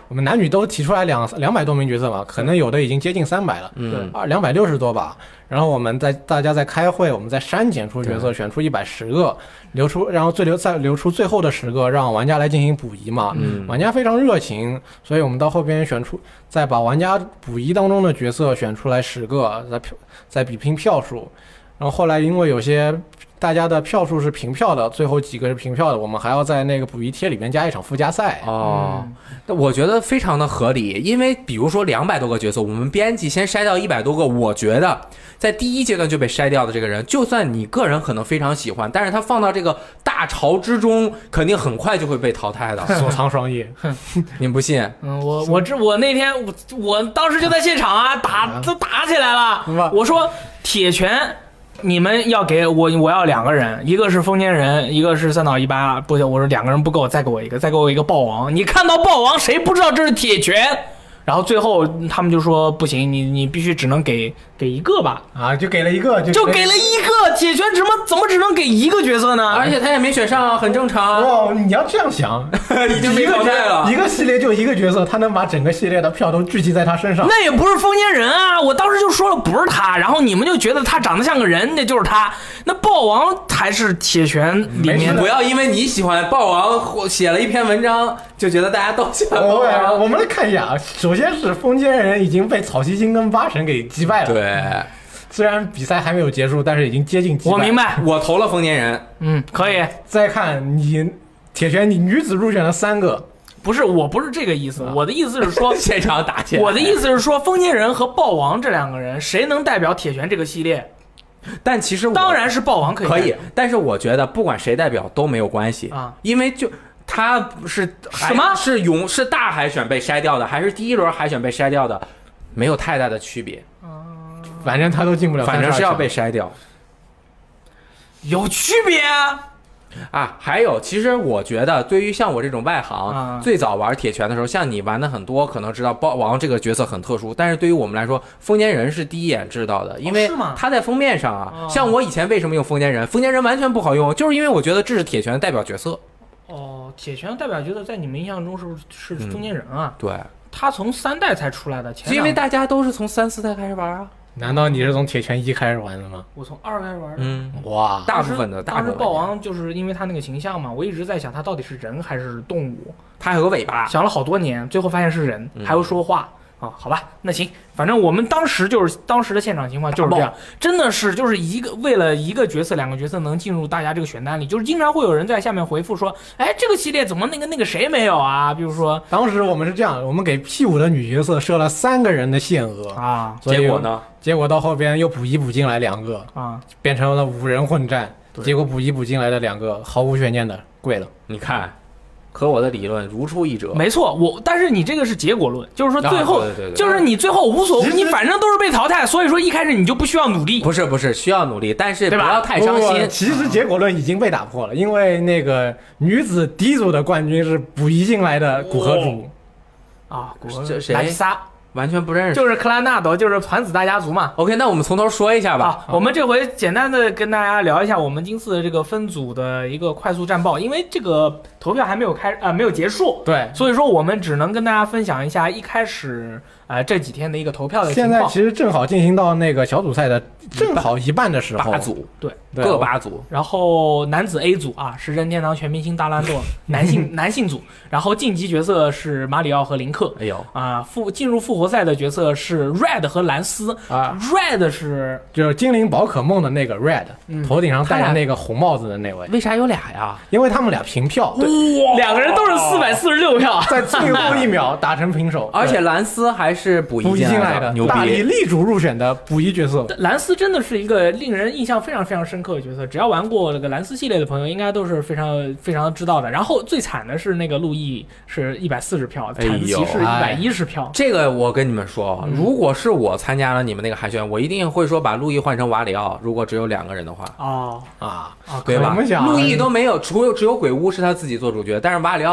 我们男女都提出来两两百多名角色嘛，可能有的已经接近三百了， 嗯， 啊，两百六十多吧。然后我们在大家在开会，我们在删减出角色，选出一百十个，留出，然后最留再留出最后的十个，让玩家来进行补遗嘛。 嗯， 玩家非常热情，所以我们到后边选出，再把玩家补遗当中的角色选出来十个，再票再比拼票数。然后后来因为有些大家的票数是平票的，最后几个是平票的，我们还要在那个补遗贴里面加一场附加赛。 哦，嗯、我觉得非常的合理，因为比如说两百多个角色，我们编辑先筛掉一百多个，我觉得在第一阶段就被筛掉的这个人，就算你个人可能非常喜欢，但是他放到这个大潮之中，肯定很快就会被淘汰的。 锁藏双翼， 您不信？ 嗯，我我这我那天我我当时就在现场啊，打都打起来了。我说铁拳。你们要给我，我要两个人，一个是风间人，一个是三岛一八，不行，我说两个人不够，再给我一个，再给我一个豹王。你看到豹王，谁不知道这是铁拳？然后最后他们就说不行，你你必须只能给给一个吧？ 啊，就给了一个，就就给了一个铁拳，怎么怎么只能给一个角色呢？ 而且他也没选上，很正常。 哦，你要这样想， 已经被淘汰了。 一个系列就一个角色，他能把整个系列的票都聚集在他身上。 那也不是风间人啊！我当时就说了不是他，然后你们就觉得他长得像个人，那就是他。那豹王还是铁拳里面， 不要因为你喜欢豹王写了一篇文章，就觉得大家都喜欢豹王。 我们来看一下啊，首先是风间人已经被草蹊星跟八神给击败了。 对， 虽然比赛还没有结束，但是已经接近击败。 我明白， 我投了风间人。 嗯，可以。 再看你铁拳，你女子入选了三个。 不是，我不是这个意思，我的意思是说现场打起来。 我的意思是说，风间人和豹王这两个人，谁能代表铁拳这个系列？ 但其实当然是豹王可以可以，但是我觉得不管谁代表都没有关系啊， 因为就他是什么是勇是大海选被筛掉的，还是第一轮海选被筛掉的，没有太大的区别。 嗯， 反正他都进不了， 反正是要被筛掉， 有区别啊。 啊，还有，其实我觉得，对于像我这种外行， 啊、 最早玩铁拳的时候，像你玩的很多，可能知道豹王这个角色很特殊，但是对于我们来说，风间人是第一眼知道的，因为他在封面上啊。 哦、 像我以前为什么用风间人？风间人完全不好用，就是因为我觉得这是铁拳的代表角色。 哦，铁拳代表角色在你们印象中是是风间人啊？ 嗯、对， 他从三代才出来的，前因为大家都是从三四代开始玩啊。 难道你是从铁拳一开始玩的吗？ 我从二开始玩的。 嗯， 哇， 大部分的， 当时豹王就是因为他那个形象嘛，我一直在想他到底是人还是动物。 他还有个尾巴， 想了好多年，最后发现是人， 嗯、 还会说话。啊，好吧，那行，反正我们当时就是当时的现场情况就是这样，真的是就是一个为了一个角色、两个角色能进入大家这个选单里，就是经常会有人在下面回复说，哎，这个系列怎么那个那个谁没有啊？比如说， 当时我们是这样，我们给 P 五的女角色设了三个人的限额啊， 结果呢？ 结果到后边又补一补进来两个啊， 变成了五人混战，结果补一补进来的两个毫无悬念的跪了。 你看。和我的理论如出一辙， 没错，我但是你这个是结果论，就是说最后， 啊、对对对就是你最后无所谓，你反正都是被淘汰，所以说一开始你就不需要努力。 不是不是需要努力，但是不要太伤心。 其实结果论已经被打破了，因为那个女子第组的冠军是补遗进来的古河主啊，古河这谁？ 莱萨。 完全不认识， 就是克拉纳多，就是团子大家族嘛。 OK， 那我们从头说一下吧。 啊，我们这回简单的跟大家聊一下我们今次的这个分组的一个快速战报，因为这个投票还没有开啊、呃，没有结束， 对， 所以说我们只能跟大家分享一下一开始呃这几天的一个投票的情况。 现在其实正好进行到那个小组赛的正好一半的时候， 八组， 对， 各八组。 然后男子 A 组啊是任天堂全明星大乱斗男性男性组，然后晋级角色是马里奥和林克。 哎呦啊，复进入复活赛的角色是 Red 和兰斯啊 ，Red 是就是精灵宝可梦的那个 Red，、嗯、头顶上戴着那个红帽子的那位。 为啥有俩呀？ 因为他们俩平票， 对，两个人都是四百四十六票， 在最后一秒打成平手。 而且兰斯还是补遗进来的，牛逼！ 大力力主入选的补遗角色。 兰斯真的是一个令人印象非常非常深刻的角色，只要玩过那个兰斯系列的朋友，应该都是非常非常知道的。然后最惨的是那个路易是一百四十票，铲子骑士一百一十票。 这个我跟你们说，如果是我参加了你们那个海选，我一定会说把路易换成瓦里奥。如果只有两个人的话， 哦啊啊， 对吧？路易都没有，除有只有鬼屋是他自己做主角，但是瓦里奥做主角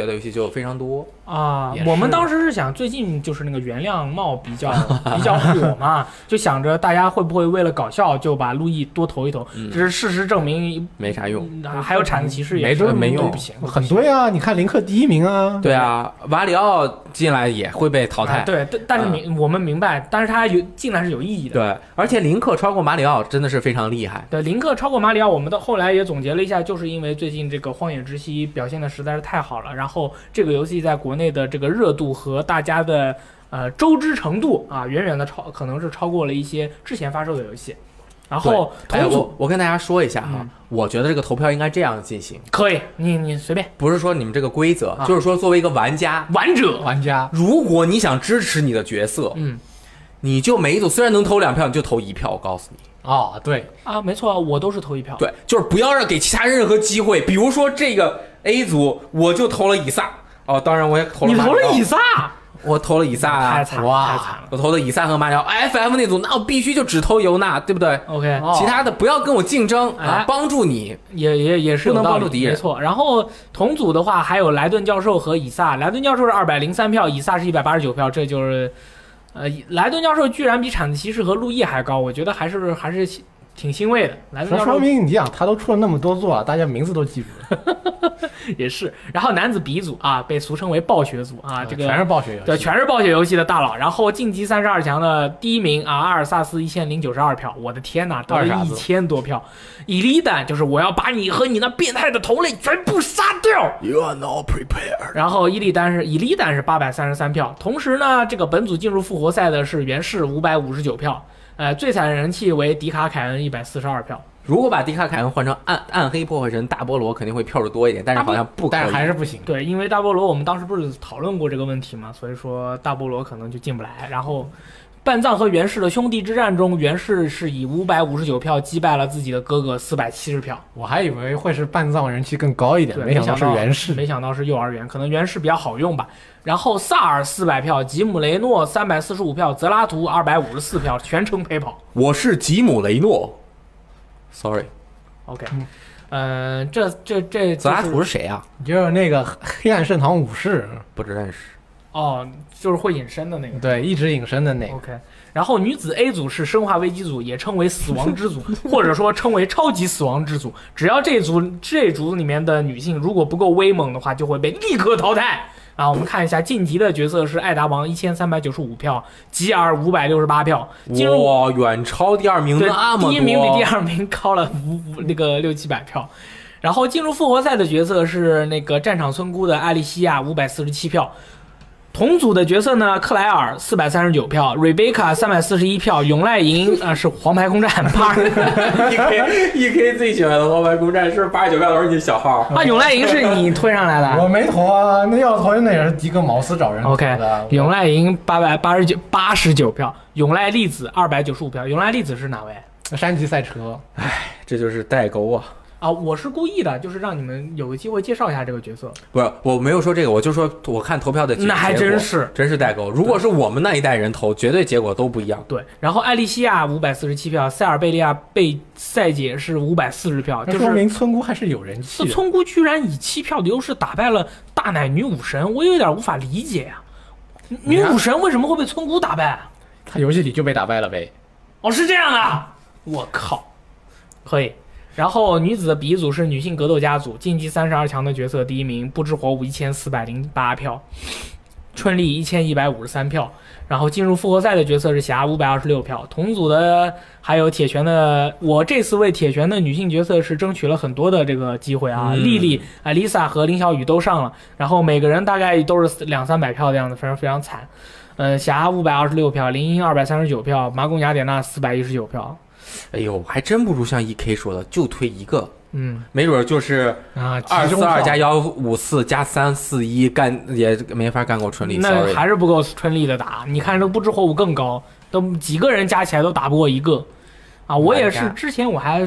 的游戏就非常多啊也。是我们当时是想，最近就是那个原谅帽比较比较火嘛，就想着大家会不会为了搞笑就把路易多投一投。 嗯只是事实证明没啥用。 嗯还有铲子骑士也是没准没用不行， 很对啊，你看林克第一名啊， 对啊，瓦里奥进来也会被淘汰。 啊对，但但是明、我们明白，但是他有进来是有意义的。 对，而且林克超过马里奥真的是非常厉害。 对，林克超过马里奥，我们的后来也总结了一下，就是因为最近这个《荒野之息》表现的实在是太好了，然后这个游戏在国内的这个热度和大家的呃周知程度啊，远远的超，可能是超过了一些之前发售的游戏。然后哎， 同组、 我我跟大家说一下哈， 嗯我觉得这个投票应该这样进行， 可以，你你随便， 不是说你们这个规则， 啊就是说作为一个玩家， 玩者， 玩家如果你想支持你的角色， 嗯你就每一组虽然能投两票，你就投一票。我告诉你， 哦，对， 啊，没错，我都是投一票。 对，就是不要让给其他人任何机会。比如说这个 A 组，我就投了以撒，哦，当然我也投了你马里奥， 投了以撒， 我投了以撒啊， 太惨了， 哇太惨了。 我投的以撒和马里奥。F M 那组，那我必须就只投尤娜，对不对？ OK， 哦其他的不要跟我竞争啊哎， 帮助你。 也也也是有不能道理帮助敌人没错。然后同组的话，还有莱顿教授和以撒。莱顿教授是二百零三票，以撒是一百八十九票，这就是，呃，莱顿教授居然比铲子骑士和路易还高，我觉得还是还是挺欣慰的。莱顿这说教授明你想，他都出了那么多座了，大家名字都记住了， 也是。然后男子鼻组啊，被俗称为暴雪组啊，这个全是暴雪游戏， 对，全是暴雪游戏的大佬。然后晋级三十二强的第一名啊，阿尔萨斯一千零九十二票，我的天呐，得了一二傻子千多票。伊利丹就是我要把你和你那变态的同类全部杀掉。 You are not prepared。 然后伊利丹是伊利丹是八百三十三票，同时呢，这个本组进入复活赛的是源氏五百五十九票，呃，最惨人气为迪卡凯恩一百四十二票。 如果把迪卡凯恩换成暗暗黑破坏神大菠萝，肯定会票数多一点，但是好像不可以。 但是还是不行。 对，因为大菠萝我们当时不是讨论过这个问题嘛，所以说大菠萝可能就进不来。然后半藏和源氏的兄弟之战中，源氏是以五百五十九票击败了自己的哥哥四百七十票。 我还以为会是半藏人气更高一点， 对， 没想到是源氏。 没想到是幼儿园，可能源氏比较好用吧。然后萨尔四百票，吉姆雷诺三百四十五票，泽拉图二百五十四票，全程陪跑。 我是吉姆雷诺，sorry， OK，嗯、呃，这这这、就是、 泽拉图是谁啊？ 就是那个黑暗圣堂武士， 不认识。 哦，就是会隐身的那个。 对，一直隐身的那个。 OK， 然后女子 A 组是生化危机组，也称为死亡之组，或者说称为超级死亡之组。只要这组这组里面的女性如果不够威猛的话，就会被立刻淘汰。啊，我们看一下晋级的角色是艾达王一千三百九十五票，吉尔五百六十八票，进入哇，远超第二名对那么多。 第一名比第二名高了五五那个六七百票。然后进入复活赛的角色是那个战场村姑的艾莉西亚五百四十七票。同组的角色呢，克莱尔四百三十九票，瑞贝卡三百四十一票，永濑银啊、呃、是黄牌空战八十 E K E K 最喜欢的黄牌空战是八十九票都是你小号啊，永濑银是你推上来的。 我没投啊，那要投那也是迪格茅斯找人投 OK， 的。 永濑银八百八十九八十九票，永濑粒子二百九十五票。永濑粒子是哪位？ 山崎赛车， 这就是代沟啊！ 啊，我是故意的，就是让你们有个机会介绍一下这个角色。 不是，我没有说这个，我就说我看投票的结那还真是真是代沟。如果是我们那一代人投，绝对结果都不一样。 对，然后艾莉西亚五百四十七票，塞尔贝利亚贝赛姐是五百四十票， 那说就是明村姑还是有人气的。 这村姑居然以七票的优势打败了大奶女武神，我有点无法理解啊！女武神为什么会被村姑打败啊？ 他游戏里就被打败了呗。 哦，是这样啊！我靠，可以。然后女子的鼻组是女性格斗家组，晋级三十二强的角色第一名不知火舞一千四百零八票，春丽一千一百五十三票。然后进入复活赛的角色是霞五百二十六票，同组的还有铁拳的，我这次为铁拳的女性角色是争取了很多的这个机会啊， 嗯丽丽、啊 Lisa 和林小雨都上了，然后每个人大概都是两三百票的样子，非常非常惨。呃，霞五百二十六票，林英二百三十九票，麻宫雅典娜四百一十九票。 哎呦，还真不如像 E K 说的，就推一个， 嗯， 没准就是啊， 二四二加幺， 幺五四加三四一，干也没法干过春丽。 那 sorry 还是不够春丽的打。你看这不知火舞更高，都几个人加起来都打不过一个啊！我也是，之前我还是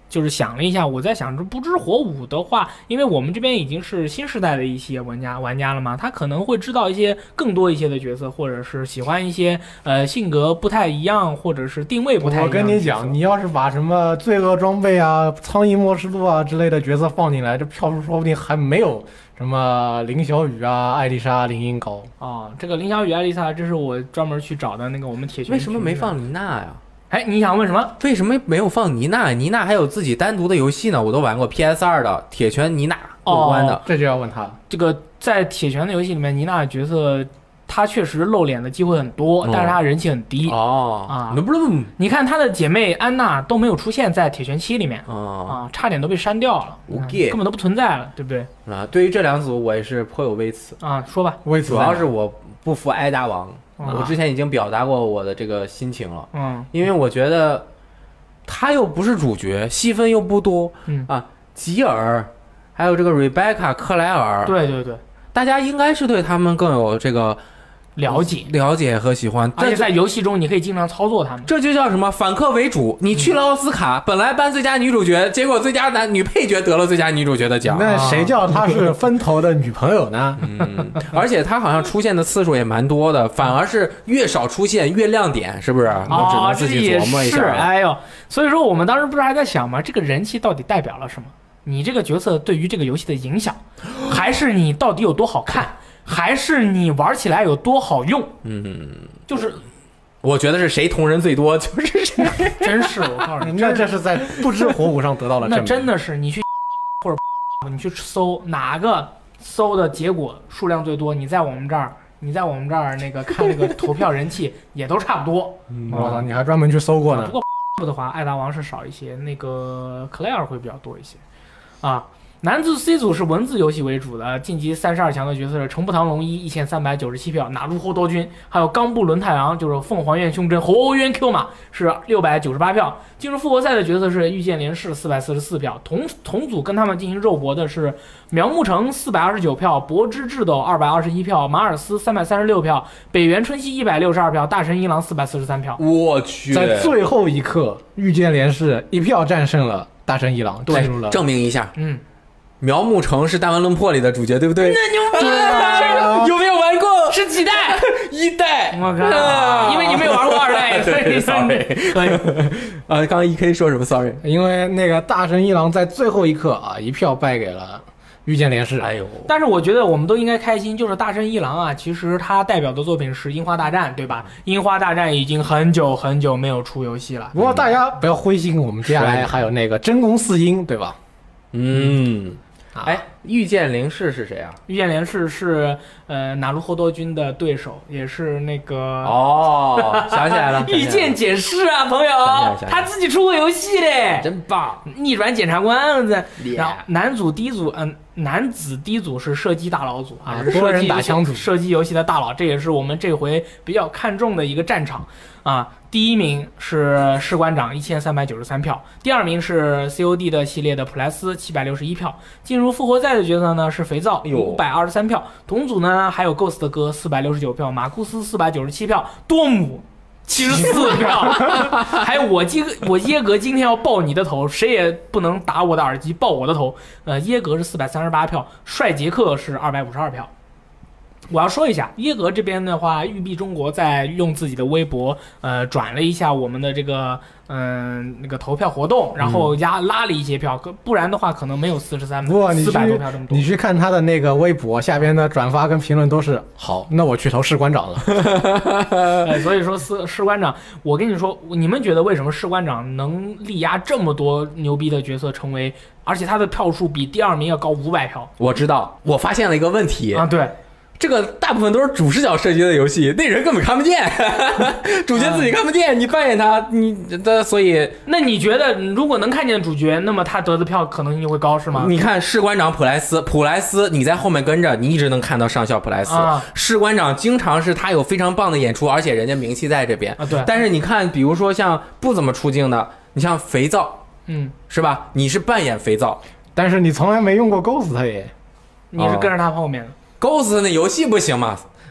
就是想了一下，我在想着不知火舞的话，因为我们这边已经是新时代的一些玩家玩家了嘛，他可能会知道一些更多一些的角色，或者是喜欢一些呃性格不太一样，或者是定位不太一样。 我跟你讲，你要是把什么罪恶装备啊、苍蝇末世录啊之类的角色放进来，这票数说不定还没有什么林小雨啊、艾丽莎、林英高。 哦，这个林小雨、艾丽莎，这是我专门去找的那个我们铁拳。 为什么没放妮娜呀？ 哎，你想问什么？ 为什么没有放妮娜？妮娜还有自己单独的游戏呢，我都玩过 P S 二 的铁拳妮娜过关的、 哦， 这就要问他了。 这个在铁拳的游戏里面，妮娜的角色她确实露脸的机会很多， 哦、 但是她人气很低。 哦啊， 不是， 你看她的姐妹安娜都没有出现在铁拳七里面、 哦、 啊，差点都被删掉了， 嗯、 根本都不存在了，对不对？ 啊，对于这两组我也是颇有微词啊，说吧， 微词主要是我不服艾大王、 啊， 我之前已经表达过我的这个心情了， 嗯， 因为我觉得。他又不是主角，戏份又不多， 嗯啊，吉尔，还有这个瑞贝卡、克莱尔， 对对对， 大家应该是对他们更有这个了解、 了解和喜欢， 而且在游戏中你可以经常操作他们， 这就叫什么反客为主。你去了奥斯卡，嗯、本来颁最佳女主角，结果最佳男女配角得了最佳女主角的奖， 那谁叫他是分头的女朋友呢？ 嗯，而且他好像出现的次数也蛮多的，反而是越少出现越亮点，是不是？ 哦， 我只能自己琢磨一下。 是，哎呦，所以说我们当时不是还在想吗？这个人气到底代表了什么？你这个角色对于这个游戏的影响，还是你到底有多好看？还是你玩起来有多好用？ 嗯， 就是我觉得是谁同人最多就是谁。 真是我告诉你， 那这是在不知火舞上得到了证明。 那真的是你去或者你去搜哪个搜的结果数量最多，你在我们这儿，你在我们这儿那个看那个投票人气也都差不多。 嗯，我操，你还专门去搜过呢？ 不过不的话，艾达王是少一些，那个克莱尔会比较多一些啊。男子 C 组是文字游戏为主的，晋级三十二强的角色是程步堂龙一一千三百九十七票，哪路后多君，还有冈部伦太郎就是凤凰院胸针侯渊 Q 马是六百九十八票。进入复活赛的角色是御剑连氏四百四十四票，同同组跟他们进行肉搏的是苗木成四百二十九票，柏之智斗二百二十一票，马尔斯三百三十六票，北原春熙一百六十二票，大神一郎四百四十三票。 我去， 在最后一刻，御剑连氏一票战胜了大神一郎，进入了证明一下， 嗯。 苗木成是大乱论破里的主角，对不对？ 那牛逼了！有没有玩过？ 是几代？ 一代。 我靠！啊、因为你没有玩过二代，所以 sorry 可以。 啊，刚刚 E K 说什么 ？Sorry， 因为那个大神一郎在最后一刻啊，一票败给了御剑连氏。 哎呦！ 但是我觉得我们都应该开心，就是大神一郎啊，其实他代表的作品是《樱花大战》，对吧？《樱花大战》已经很久很久没有出游戏了。 不过大家不要灰心，我们接下来还有那个真宫四樱，对吧？ 嗯。哎，御剑灵士是谁啊？ 御剑灵士是呃哪路后多君的对手，也是那个哦，想起来了， 御剑解释啊，朋友，他自己出过游戏嘞， 真棒！ 逆转检察官子，然后男组第一组，嗯、呃，男子第一组是射击大佬组啊，是多人打枪组， 射击游戏的大佬，这也是我们这回比较看重的一个战场啊。第一名是士官长一千三百九十三票，第二名是 C O D 的系列的普莱斯七百六十一票。进入复活赛的角色呢是肥皂五百二十三票，同组呢还有 Ghost 哥四百六十九票，马库斯四百九十七票，多姆七十四票，还有我基我耶格今天要爆你的头，谁也不能打我的耳机，爆我的头。呃，耶格是四百三十八票，帅杰克是二百五十二票。我要说一下，耶格这边的话，育碧中国在用自己的微博，呃，转了一下我们的这个，嗯、呃，那个投票活动，然后压拉了一些票，不然的话可能没有四十三、四百多票这么多。 你去看他的那个微博下边的转发跟评论都是好，那我去投士官长了。 呃、所以说士士官长，我跟你说，你们觉得为什么士官长能力压这么多牛逼的角色成为，而且他的票数比第二名要高五百票？ 我知道，我发现了一个问题啊，对。 这个大部分都是主视角射击的游戏，那人根本看不见，主角自己看不见，你扮演他，你的所以， 那你觉得如果能看见主角，那么他得的票可能性就会高，是吗？ 你看士官长普莱斯，普莱斯你在后面跟着，你一直能看到上校普莱斯。啊、士官长经常是他有非常棒的演出，而且人家名气在这边。 啊，对。 但是你看，比如说像不怎么出镜的，你像肥皂， 嗯， 是吧？你是扮演肥皂， 但是你从来没用过 Ghost 耶， 你是跟着他后面的。 Ghost 那游戏不行嘛？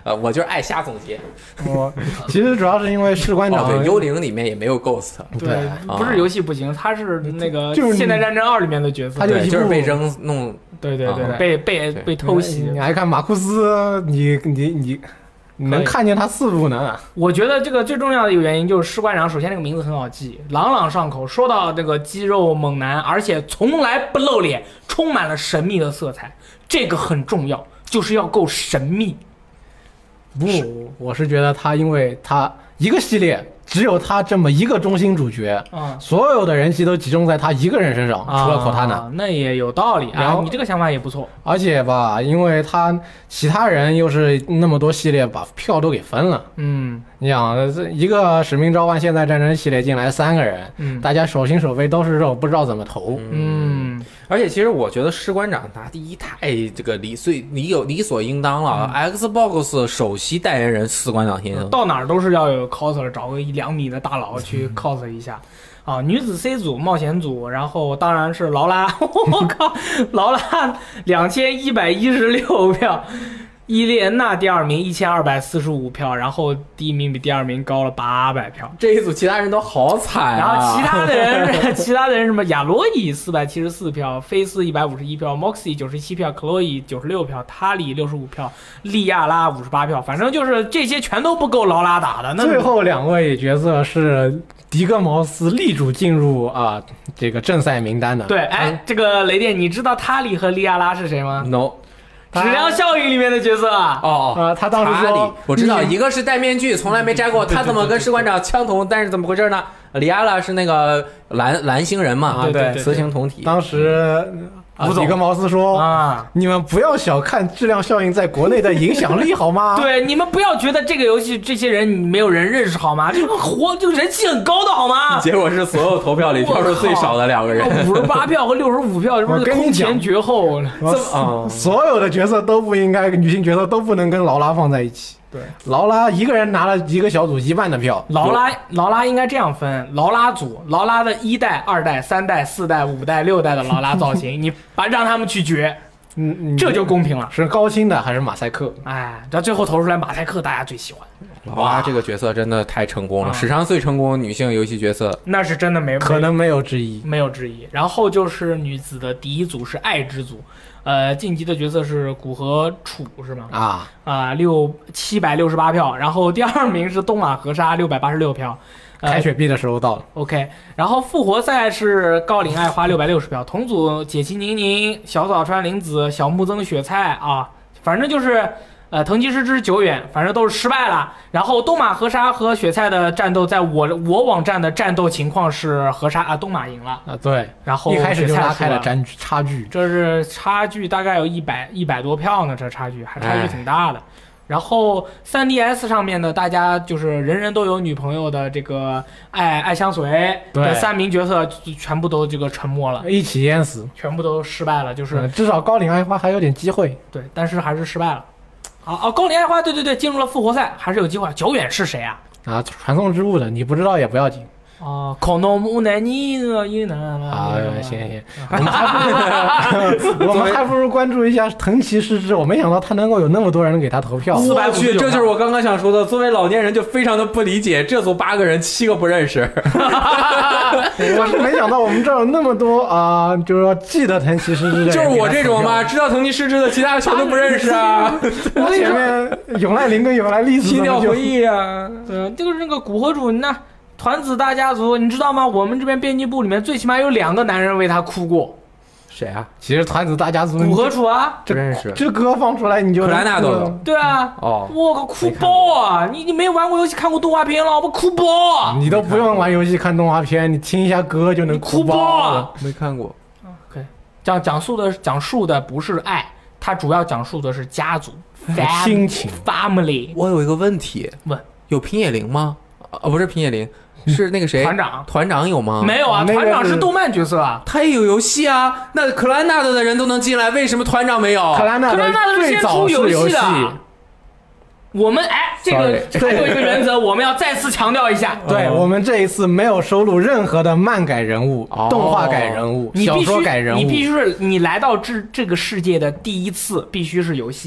呃，我就是爱瞎总结。 我其实主要是因为士官长， 哦，对，幽灵里面也没有 Ghost， 对，不是游戏不行，他是那个就是 《现代战争二》里面的角色， 对，就是被扔弄， 对对对， 啊被被被偷袭。 你还看马库斯，你你你。你能看见他四路呢？ 我觉得这个最重要的一个原因就是士官长，首先这个名字很好记，朗朗上口。说到这个肌肉猛男，而且从来不露脸，充满了神秘的色彩，这个很重要，就是要够神秘。 不，我是觉得他，因为他一个系列只有他这么一个中心主角， 啊， 所有的人气都集中在他一个人身上， 啊、 除了口塔纳， 那也有道理啊。 然后你这个想法也不错。 而且吧，因为他其他人又是那么多系列把票都给分了。 嗯你想，这一个使命召唤现代战争系列进来三个人， 嗯大家手心手背都是肉，不知道怎么投。 嗯， 而且其实我觉得士官长拿第一太这个理所理有理所应当了。 嗯、 Xbox 首席代言人士官长先生， 到哪儿都是要有 coser， 找个一两米的大佬去 cos 一下。啊，女子 C 组冒险组，然后当然是劳拉，我靠，劳拉两千一百一十六票，伊莲娜第二名一千二百四十五票，然后第一名比第二名高了八百票。 这一组其他人都好惨啊！ 然后其他的人，其他的人什么亚罗伊四百七十四票，菲斯一百五十一票 ，Moxie 九十七票 ，Chloe 九十六票，塔里六十五票，利亚拉五十八票，反正就是这些全都不够劳拉打的。那最后两位角色是迪格茅斯力主进入啊这个正赛名单的。 对，哎，这个雷电，你知道塔里和利亚拉是谁吗？ No， 质量效应里面的角色啊。 哦， 啊，他当时查理说， 我知道，一个是戴面具，从来没摘过，他怎么跟士官长相同？但是怎么回事呢？里亚拉是那个蓝蓝星人嘛， 对对对雌形同体。 当时啊， 吴总迪格茅斯说啊， 你们不要小看质量效应在国内的影响力，好吗？ 对，你们不要觉得这个游戏这些人没有人认识好吗？这个活这个人气很高的好吗？ 结果是所有投票里票数最少的两个人， 五十八票和六十五票，这不是空前绝后？ 我啊， 所有的角色都不应该，女性角色都不能跟劳拉放在一起。 对， 劳拉一个人拿了一个小组一半的票。 劳拉劳拉应该这样分：劳拉组，劳拉的一代、二代、三代、四代、五代、六代的劳拉造型，你把让他们去决， 嗯， 这就公平了。 是高清的还是马赛克？ 哎，到最后投出来马赛克，大家最喜欢。 哇，这个角色真的太成功了， 啊史上最成功的女性游戏角色， 那是真的没可能没有之一。 没有之一。然后就是女子的第一组是爱之组，呃，晋级的角色是古河楚是吗？ 啊啊，六七百六十八票。然后第二名是东马河沙六百八十六票。呃、 开雪碧的时候到了。 OK， 然后复活赛是高岭爱花六百六十票，同组解析宁宁、小早川绫子、小木曾雪菜啊，反正就是呃藤吉诗之久远，反正都是失败了。然后东马河沙和雪菜的战斗，在我我网站的战斗情况是河沙啊东马赢了啊，对， 然后一开始就拉开了雪菜输差距差距。 这是差距大概有一百一百多票呢，这差距还差距挺大的。然后 三 D S 上面的大家就是人人都有女朋友的这个爱爱香水的三名角色全部都这个沉默了， 一起淹死， 全部都失败了，就是、 嗯、至少高岭爱花还有点机会。 对，但是还是失败了。好哦，高岭爱花对对对进入了复活赛，还是有机会。久远是谁啊？ 啊，传送之物的你不知道也不要紧。 哦，可能木乃伊呢，伊呢啊，行行，我们还不如我们还不如关注一下藤崎诗织。我没想到他能够有那么多人给他投票。 我去，这就是我刚刚想说的。作为老年人，就非常的不理解，这组八个人七个不认识。 我是没想到我们这儿有那么多啊、呃，就是说记得藤崎诗织的。 就是我这种嘛，知道藤崎诗织的，其他的全都不认识啊。 我前面永濑绫跟永濑丽子踢掉回忆啊。 对，这个是那个古河主，那团子大家族，你知道吗？我们这边编辑部里面最起码有两个男人为他哭过。 谁啊？ 其实团子大家族古河楚啊， 不认识。 这歌放出来你就克莱纳都有。 对啊， 哦， 我靠，哭爆啊！你你没玩过游戏看过动画片了，我哭爆啊！ 你都不用玩游戏看动画片，你听一下歌就能哭爆啊！ 没看过。 OK， 讲讲述的讲述的不是爱，它主要讲述的是家族、 亲情、 family。 我有一个问题， 问有平野绫吗？啊，不是平野绫。是那个谁？ 团长， 团长有吗？ 没有啊，团长是动漫角色啊， 他也有游戏啊。那克兰纳德的人都能进来，为什么团长没有？ 克兰纳德最早是游戏的。 我们哎，这个还有一个原则，我们要再次强调一下。 对，我们这一次没有收录任何的漫改人物、 哦、 动画改人物、小说改人物。 你必须是你来到这这个世界的第一次，必须是游戏。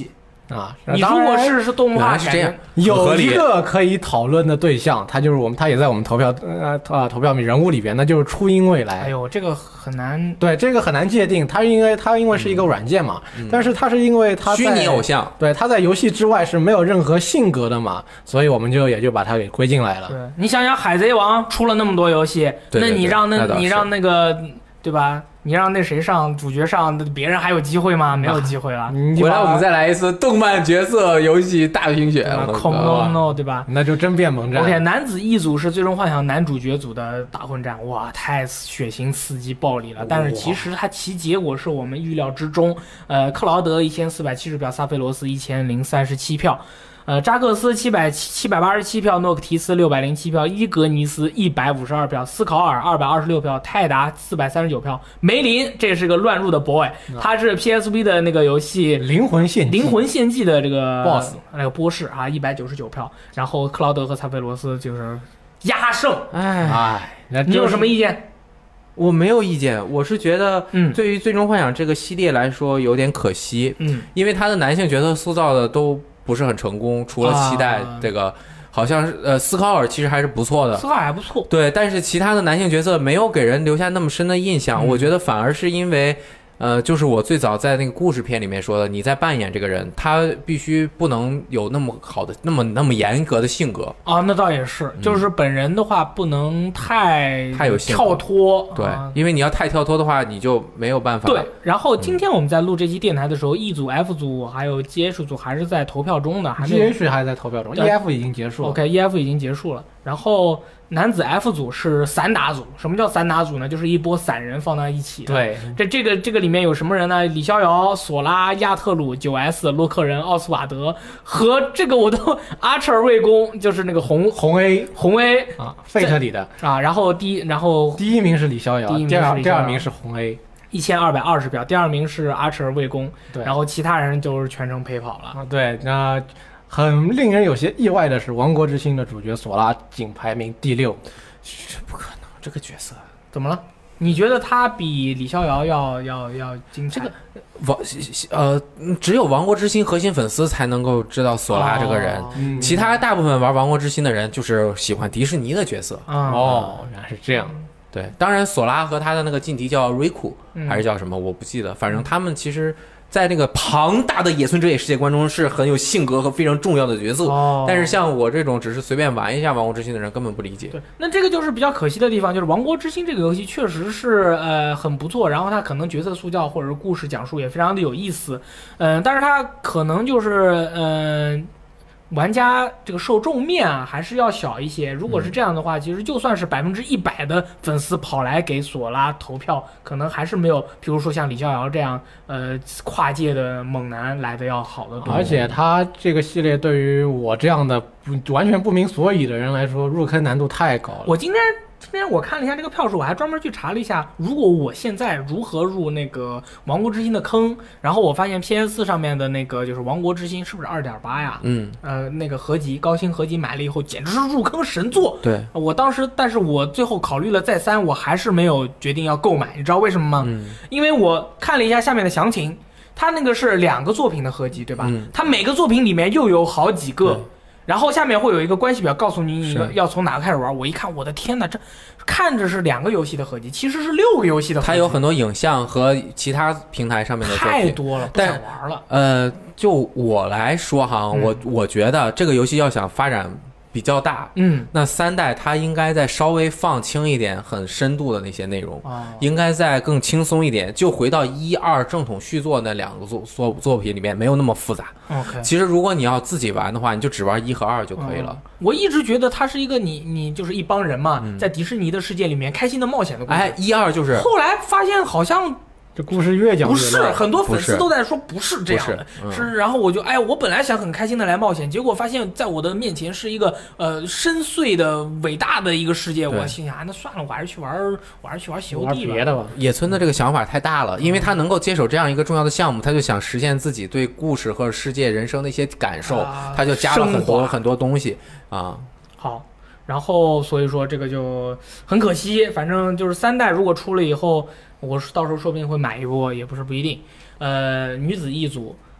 啊。 你如果是是动画， 是这样， 有一个可以讨论的对象，他就是我们，他也在我们投票呃啊投票人物里边，那就是初音未来。 哎呦，这个很难， 对，这个很难界定。它因为它因为是一个软件嘛，嗯、但是它是因为它虚拟偶像， 对，它在游戏之外是没有任何性格的嘛，所以我们就也就把它给归进来了。 对，你想想，海贼王出了那么多游戏， 对对对， 那你让那那你让那个对吧？你让那谁上主角上，别人还有机会吗？没有机会了。 回来我们再来一次动漫角色游戏大评选， 空 no no 对吧？ 那就真变萌战。 OK， 男子一组是最终幻想男主角组的大混战，哇，太血腥、刺激、暴力了。但是其实它其结果是我们预料之中。呃，克劳德一千四百七十票，萨菲罗斯一千零三十七票。呃，扎克斯七百七百八十七票，诺克提斯六百零七票，伊格尼斯一百五十二票，斯考尔二百二十六票，泰达四百三十九票，梅林这是个乱入的 boy， 他是 P S V 的那个游戏灵魂献灵魂献祭的这个 boss 那个波士啊，一百九十九票，然后克劳德和萨菲罗斯就是压胜。 哎哎， 你有什么意见？ 我没有意见，我是觉得， 嗯， 对于最终幻想这个系列来说有点可惜， 嗯， 因为他的男性角色塑造的都不是很成功，除了期待这个，啊、好像是呃斯考尔其实还是不错的， 斯考尔还不错， 对，但是其他的男性角色没有给人留下那么深的印象， 嗯、 我觉得反而是因为。呃，就是我最早在那个故事片里面说的，你在扮演这个人，他必须不能有那么好的、那么那么严格的性格啊。那倒也是，就是本人的话不能太太有跳脱， 对、 啊， 因为你要太跳脱的话，你就没有办法。 对，然后今天我们在录这期电台的时候、嗯、E 组、F 组还有 G H 组还是在投票中的，还没 G H 还在投票中 ，E F 已经结束了。 OK，E F 已经结束了，然后。男子 F 组是散打组，什么叫散打组呢？就是一波散人放在一起的。 对， 这这个这个里面有什么人呢？李逍遥、索拉、亚特鲁、九 S、洛克人、奥斯瓦德和这个我都阿彻尔卫宫，就是那个红红 A 红 A 啊，费特里的啊。然后第一，然后第一名是李逍遥， 第, 第二第二名是红 A， 一千二百二十票，第二名是阿彻尔卫宫， 对， 然后其他人就是全程陪跑了。 啊，对，那。很令人有些意外的是，《王国之心》的主角索拉仅排名第六， 这不可能，这个角色怎么了？你觉得他比李逍遥要要要精彩？ 这个王呃，只有《王国之心》核心粉丝才能够知道索拉这个人， 哦嗯、 其他大部分玩《王国之心》的人就是喜欢迪士尼的角色。 嗯、 哦，原来是这样。 对，当然索拉和他的那个劲敌叫瑞库、 嗯、 还是叫什么，我不记得，反正他们其实。在那个庞大的野村哲也世界观中是很有性格和非常重要的角色， 哦、 但是像我这种只是随便玩一下《王国之心》的人根本不理解。 对，那这个就是比较可惜的地方，就是《王国之心》这个游戏确实是呃很不错，然后它可能角色塑造或者是故事讲述也非常的有意思，嗯、呃，但是它可能就是嗯。呃玩家这个受众面啊还是要小一些。如果是这样的话，嗯、其实就算是百分之一百的粉丝跑来给索拉投票，可能还是没有，比如说像李逍遥这样呃跨界的猛男来的要好得多。 而且他这个系列对于我这样的不完全不明所以的人来说，入坑难度太高了。 我今天。今天我看了一下这个票数，我还专门去查了一下，如果我现在如何入那个王国之心的坑，然后我发现 P S 四 上面的那个就是王国之心是不是 二点八 呀？ 嗯， 呃，那个合集高清合集买了以后，简直是入坑神作。 对， 我当时，但是我最后考虑了再三，我还是没有决定要购买，你知道为什么吗？ 嗯， 因为我看了一下下面的详情，它那个是两个作品的合集，对吧？ 嗯， 它每个作品里面又有好几个。然后下面会有一个关系表告诉你你要从哪个开始玩。我一看，我的天哪，这看着是两个游戏的合集，其实是六个游戏的合集。 它有很多影像和其他平台上面的作品太多了，不想玩了。 呃，就我来说哈，嗯、我我觉得这个游戏要想发展比较大， 嗯， 那三代它应该再稍微放轻一点，很深度的那些内容， 哦、 应该再更轻松一点，就回到一二正统续作那两个作作作品里面，没有那么复杂。 OK， 其实如果你要自己玩的话，你就只玩一和二就可以了。 嗯、我一直觉得它是一个你你就是一帮人嘛， 嗯、 在迪士尼的世界里面开心的冒险的故事。 哎，一二就是。 后来发现好像。 这故事越讲越不是，很多粉丝都在说不是这样的， 是,、嗯、 是。然后我就哎，我本来想很开心的来冒险，结果发现在我的面前是一个呃深邃的伟大的一个世界。我心想，啊，那算了，我还是去玩，我还是去玩西游记吧。 别的吧。 野村的这个想法太大了，因为他能够接手这样一个重要的项目，他就想实现自己对故事和世界人生的一些感受， 啊、 他就加了很多很多东西啊。 好。然后所以说这个就很可惜，反正就是三代如果出了以后，我到时候说不定会买一波，也不是不一定。呃，女子一组，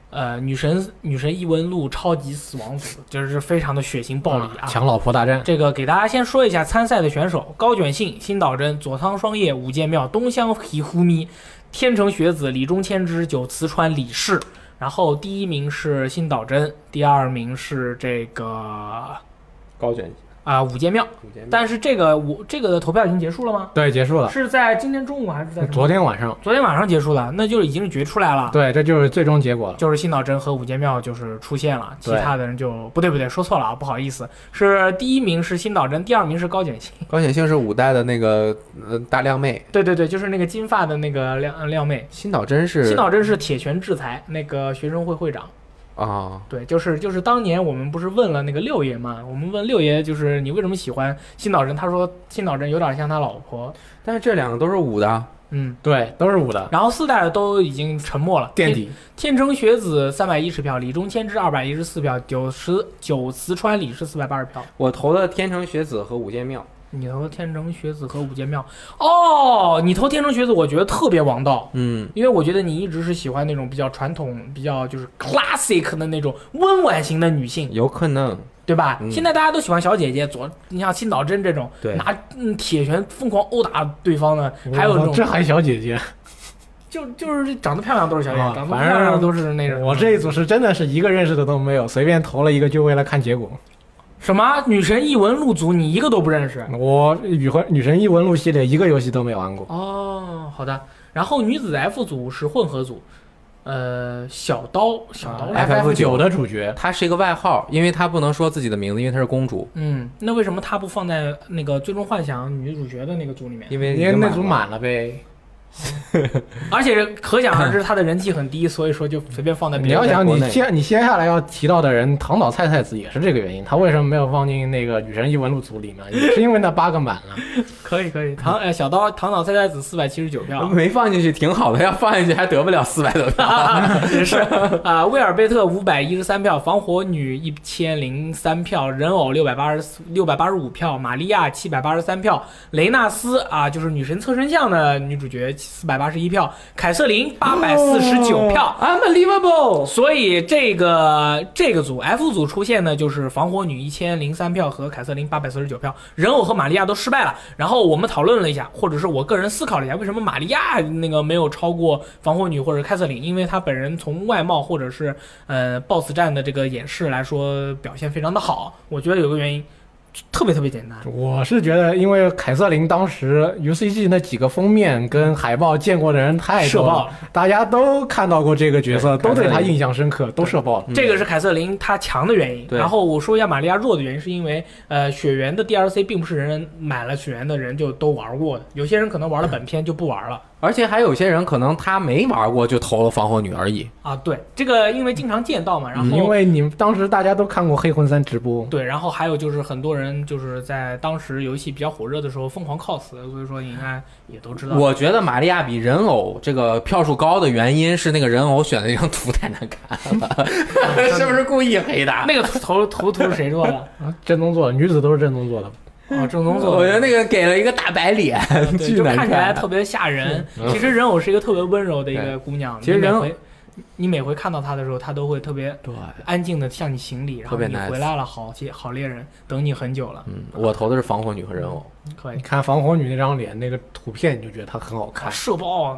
呃，女神女神异闻录超级死亡组，就是非常的血腥暴力啊！ 抢老婆大战。 这个给大家先说一下参赛的选手：高卷信、新岛真、佐仓双叶、武剑妙、东乡喜呼咪、天成学子、李中千之、九慈川李氏。然后第一名是新岛真，第二名是这个高卷啊、呃、武剑妙。但是这个我这个的投票已经结束了吗？ 对，结束了。 是在今天中午还是在昨天晚上？ 昨天晚上结束了，那就已经决出来了。 对，这就是最终结果了。 就是新岛真和武剑妙就是出现了，其他的人就不对不对，说错了啊，不好意思，是第一名是新岛真，第二名是高卷信。 高卷信是五代的那个呃大靓妹。 对对对，就是那个金发的那个靓靓妹。 新岛真是新岛真是铁拳制裁那个学生会会长。 啊、哦， 对，就是就是当年我们不是问了那个六爷嘛，我们问六爷就是你为什么喜欢新岛真，他说新岛真有点像他老婆， 但是这两个都是武的， 嗯， 对，都是武的。 然后四代的都已经沉默了， 垫底。 天成学子三百一十票，李中千之二百一十四票，九十九慈川李是四百八十票。 我投的天成学子和武剑妙。 你投天成学子和武剑妙哦，你投天成学子，我觉得特别王道， 嗯， 因为我觉得你一直是喜欢那种比较传统、比较就是 classic 的那种温婉型的女性， 有可能， 对吧？ 嗯、 现在大家都喜欢小姐姐，左你像新岛真这种， 对， 拿嗯铁拳疯狂殴打对方的，还有这种这还小姐姐， 就就是长得漂亮都是小姐姐， 啊、 长得漂亮都是那种。 我这一组是真的是一个认识的都没有，随便投了一个就为了看结果。 什么女神异闻录组你一个都不认识？ 我女女神异闻录系列一个游戏都没玩过。 哦，好的。然后女子 F 组是混合组，呃，小刀小刀、 啊、F F 九的主角， 她是一个外号，因为她不能说自己的名字，因为她是公主。 嗯，那为什么她不放在那个最终幻想女主角的那个组里面？ 因为因为那组满了呗。 而且可想而知，他的人气很低，所以说就随便放在别人。 你要想，你接你接下来要提到的人，唐岛菜菜子也是这个原因。他为什么没有放进那个女神异闻录组里面？也是因为那八个满了。 可以可以，唐呃小刀唐岛菜菜子四百七十九票， 没放进去挺好的，要放进去还得不了四百多票。 也是啊，威尔贝特五百一十三票，防火女一千零三票，人偶六百八十六百八十五票，玛利亚七百八十三票，雷纳斯啊就是女神侧身像的女主角四百八十一票，凯瑟琳八百四十九票、 oh, ，Unbelievable！ 所以这个这个组 F 组出现的就是防火女一千零三票和凯瑟琳八百四十九票，人偶和玛利亚都失败了。然后我们讨论了一下，或者是我个人思考了一下，为什么玛利亚那个没有超过防火女或者凯瑟琳？因为她本人从外貌或者是呃 boss 战的这个演示来说表现非常的好，我觉得有个原因。特别特别简单， 我是觉得，因为凯瑟琳当时 U C G 那几个封面跟海报见过的人太多了，大家都看到过这个角色，都对他印象深刻，都社爆了。 这个是凯瑟琳她强的原因。然后我说一下玛利亚弱的原因，是因为呃血缘的 D L C 并不是人人买了血缘的人就都玩过的，有些人可能玩了本片就不玩了。 而且还有些人可能他没玩过就投了防火女而已啊，对，这个因为经常见到嘛，然后、 嗯、因为你们当时大家都看过黑魂三直播， 对，然后还有就是很多人就是在当时游戏比较火热的时候疯狂 cos， 所以说应该也都知道。 我觉得玛利亚比人偶这个票数高的原因是那个人偶选的那张图太难看了，是不是故意黑的？ 那个图图图是谁做的？ 啊，正宗做的，女子都是正宗做的。 哦，正宗做的， 我觉得那个给了一个大白脸， 对，就看起来特别吓人。其实人偶是一个特别温柔的一个姑娘， 其实人偶， 你每回看到她的时候，她都会特别对安静的向你行礼，然后你回来了，好好猎人，等你很久了。 嗯，我投的是防火女和人偶， 可以。 你看防火女那张脸，那个图片你就觉得她很好看， 社爆。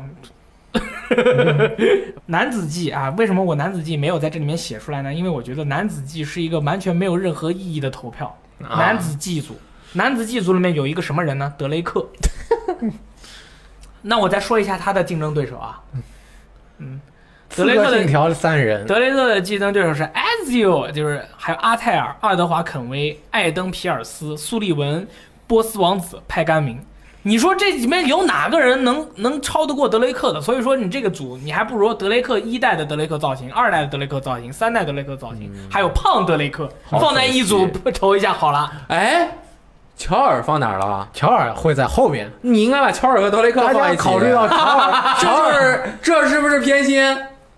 男子记啊，为什么我男子记没有在这里面写出来呢？因为我觉得男子记是一个完全没有任何意义的投票。啊、男子记组。男子记组里面有一个什么人呢？德雷克。那我再说一下他的竞争对手啊。嗯，德雷克的信条三人， 德雷克的竞争对手是 Ezio， 就是还有阿泰尔、爱德华肯威、艾登皮尔斯、苏利文、波斯王子、派甘明。你说这里面有哪个人能能超得过德雷克的？所以说你这个组，你还不如德雷克一代的德雷克造型、二代的德雷克造型、三代德雷克造型，嗯、还有胖德雷克放在一组投一下好了。 哎。乔尔放哪儿了？ 乔尔会在后面， 你应该把乔尔和德雷克放一起。 考虑到乔尔， 乔尔这是不是偏心？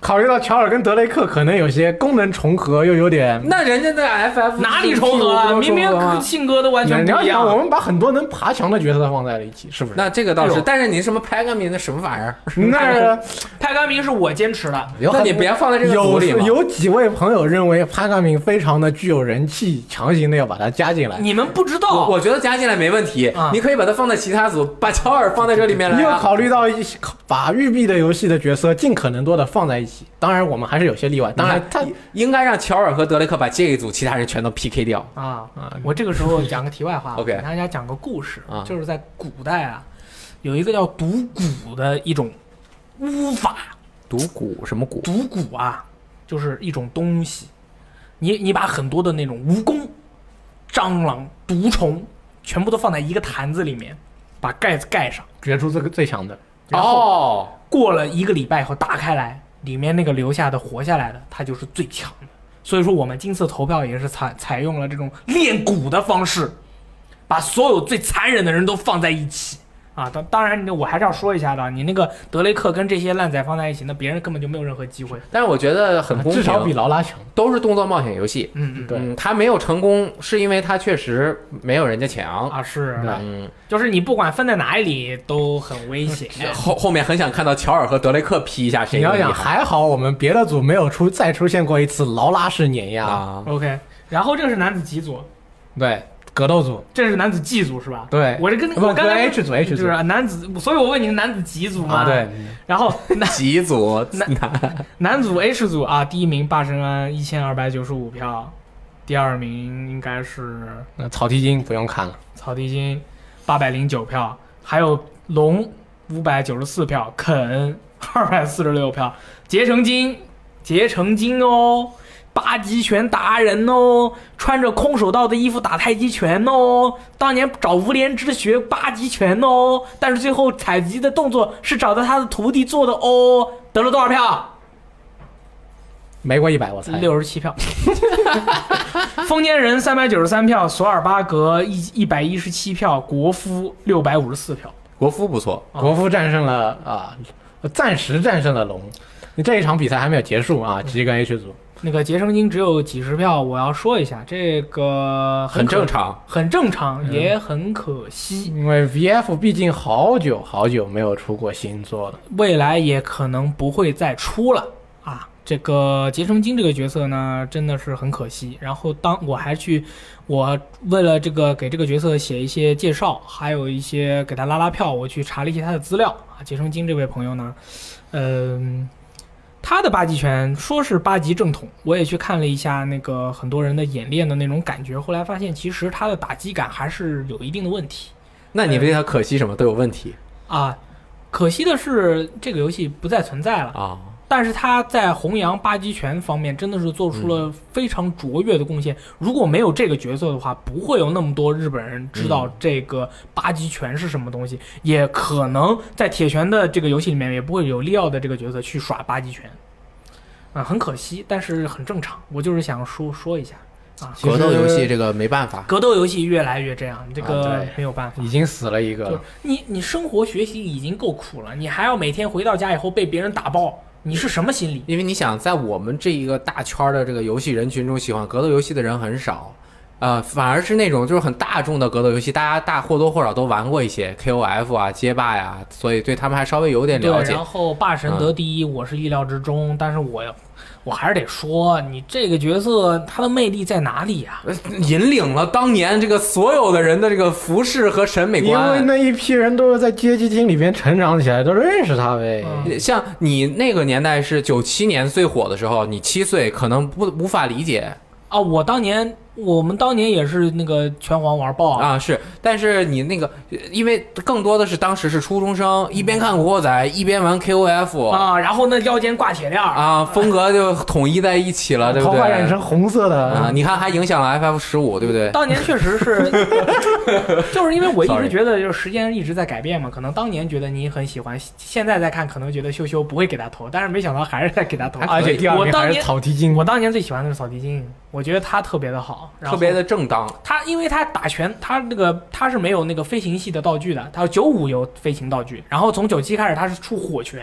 考虑到乔尔跟德雷克可能有些功能重合，又有点那人家的 F F 哪里重合了？明明性格都完全不一样。 你要想，我们把很多能爬墙的角色放在了一起，是不是？ 那这个倒是， 哎呦但是你什么拍干民的什么玩意儿？ 那派甘明是我坚持的， 那你别放在这个组有里嘛。 有几位朋友认为潘甘明非常的具有人气，强行的要把他加进来。 你们不知我道。 我觉得加进来没问题， 啊你可以把它放在其他组，把乔尔放在这里面来、 又啊。 考虑到一些把育碧的游戏的角色尽可能多的放在一起，当然我们还是有些例外。当然他应该让乔尔和德雷克把这一组其他人全都 P K 掉。 啊，我这个时候讲个题外话， OK 给大家讲个故事， 啊就是在古代啊，有一个叫赌蛊的一种巫法。 赌蛊什么蛊？ 赌蛊啊，就是一种东西，你你把很多的那种蜈蚣、蟑螂、毒虫全部都放在一个坛子里面，把盖子盖上， 决出这个最强的。 然后哦， 过了一个礼拜以后打开来，里面那个留下的活下来的，它就是最强的。所以说我们今次投票也是采采用了这种练蛊的方式，把所有最残忍的人都放在一起啊。当当然我还是要说一下的，你那个德雷克跟这些烂仔放在一起，那别人根本就没有任何机会。 但是我觉得很公平， 至少比劳拉强。 都是动作冒险游戏。 嗯嗯， 对嗯，他没有成功，是因为他确实没有人家强。 啊是， 对嗯， 就是你不管分在哪里都很危险。 后后面很想看到乔尔和德雷克 P 一下谁你要想， 更厉害还好我们别的组没有出再出现过一次劳拉式碾压。 啊！ OK， 然后这个是男子几组， 对，格斗组。 这是男子 G 组是吧？ 对， 我这跟不我刚才 H 组 H 组就是男子，所以我问你男子几组嘛？ 啊，对， 然后男几组男组 H 组啊，第一名霸神安一千二百九十五票，第二名应该是那草剃金不用看了。 草地精八百零九票，还有龙五百九十四票，肯二百四十六票，结成金结成金哦。八极拳达人哦，穿着空手道的衣服打太极拳哦。当年找吴连枝学八极拳哦，但是最后采集的动作是找的他的徒弟做的哦。得了多少票？ 没过一百，我猜。 六十七票。丰间人三百九十三票，索尔巴格一一百一十七票，国夫六百五十四票。 国夫不错， 国夫战胜了啊，暂时战胜了龙。你这一场比赛还没有结束啊，G 跟 H 组。 那个结成金只有几十票，我要说一下，这个很可正常， 很正常，也很可惜。 因为 V F 毕竟好久好久没有出过新作了， 未来也可能不会再出了啊。这个结成金这个角色呢，真的是很可惜。然后当我还去，我为了这个给这个角色写一些介绍，还有一些给他拉拉票，我去查了一些他的资料啊。结成金这位朋友呢，嗯、他的八极拳说是八极正统，我也去看了一下那个很多人的演练的那种感觉，后来发现其实他的打击感还是有一定的问题那你为他可惜什么都有问题啊。可惜的是，这个游戏不再存在了。 啊。 但是他在弘扬八极拳方面真的是做出了非常卓越的贡献。如果没有这个角色的话，不会有那么多日本人知道这个八极拳是什么东西，也可能在铁拳的这个游戏里面也不会有利奥的这个角色去耍八极拳。啊、很可惜，但是很正常。我就是想说说一下啊， 格斗游戏这个没办法， 格斗游戏越来越这样，这啊个对没有办法。 已经死了一个就了。 你你生活学习已经够苦了，你还要每天回到家以后被别人打爆，你是什么心理？ 因为你想，在我们这一个大圈的这个游戏人群中，喜欢格斗游戏的人很少，呃，反而是那种就是很大众的格斗游戏，大家大或多或少都玩过一些 K O F 啊、街霸呀，所以对他们还稍微有点了对， 解。 然后霸神得第一，我是意料之中，但是我我还是得说，你这个角色他的魅力在哪里呀、 呃引领了当年这个所有的人的这个服饰和审美因为观。 那一批人都是在街机厅里边成长起来，都认识他呗。 嗯像你那个年代是九七年最火的时候，你七岁可能不无法理解啊！我当年我们当年也是那个拳皇玩爆啊， 啊，是，但是你那个，因为更多的是当时是初中生，一边看古惑仔一边玩 K O F 啊，然后那腰间挂铁链儿啊，风格就统一在一起了，对不对？ 头发染成红色的啊，你看还影响了 F F 十五，对不对？ 当年确实是，就是因为我一直 Sorry 觉得就是时间一直在改变嘛，可能当年觉得你很喜欢，现在再看可能觉得羞羞不会给他投，但是没想到还是在给他投。 而且第二名还是我当年草剃金。 我当年最喜欢的是扫地精，我觉得他特别的好，然后特别的正当。 他因为他打拳，他那个他是没有那个飞行系的道具的，他九五有飞行道具，然后从九七开始他是出火拳，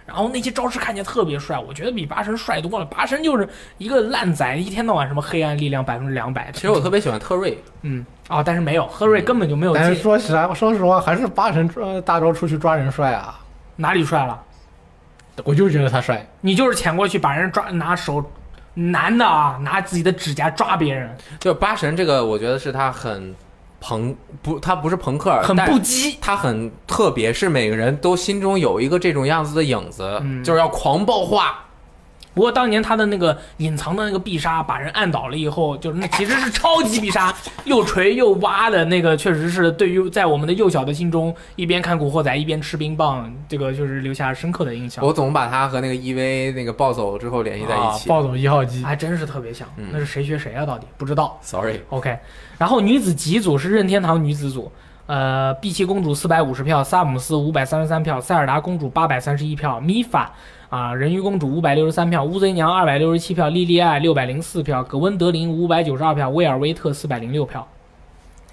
然后那些招式看起来特别帅，我觉得比八神帅多了。八神就是一个烂仔，一天到晚什么黑暗力量百分之两百。 其实我特别喜欢特瑞， 嗯，哦，但是没有赫瑞根本就没有。 但是说起来，说实话，还是八神抓大招出去抓人帅啊！ 哪里帅了？ 我就是觉得他帅。 你就是潜过去把人抓，拿手，男的啊，拿自己的指甲抓别人。 就八神这个，我觉得是他很朋不，他不是朋克， 很不羁， 他很特别，是每个人都心中有一个这种样子的影子，嗯、就是要狂暴化。 不过当年他的那个隐藏的那个必杀把人按倒了以后，就是那其实是超级必杀，又锤又挖的那个，确实是对于在我们的幼小的心中，一边看古惑仔一边吃冰棒，这个就是留下深刻的印象。 我总把他和那个 E V 那个暴走之后联系在一起， 啊、暴走一号机还真是特别像、 嗯， 那是谁学谁啊？到底不知道。 Sorry。 OK， 然后女子级组是任天堂女子组。呃，碧琪公主四百五十票，萨姆斯五百三十三票，塞尔达公主八百三十一票，米法啊，人鱼公主五百六十三票，乌贼娘二百六十七票，莉莉艾六百零四票，葛温德林五百九十二票，威尔维特四百零六票。 耶、yeah ！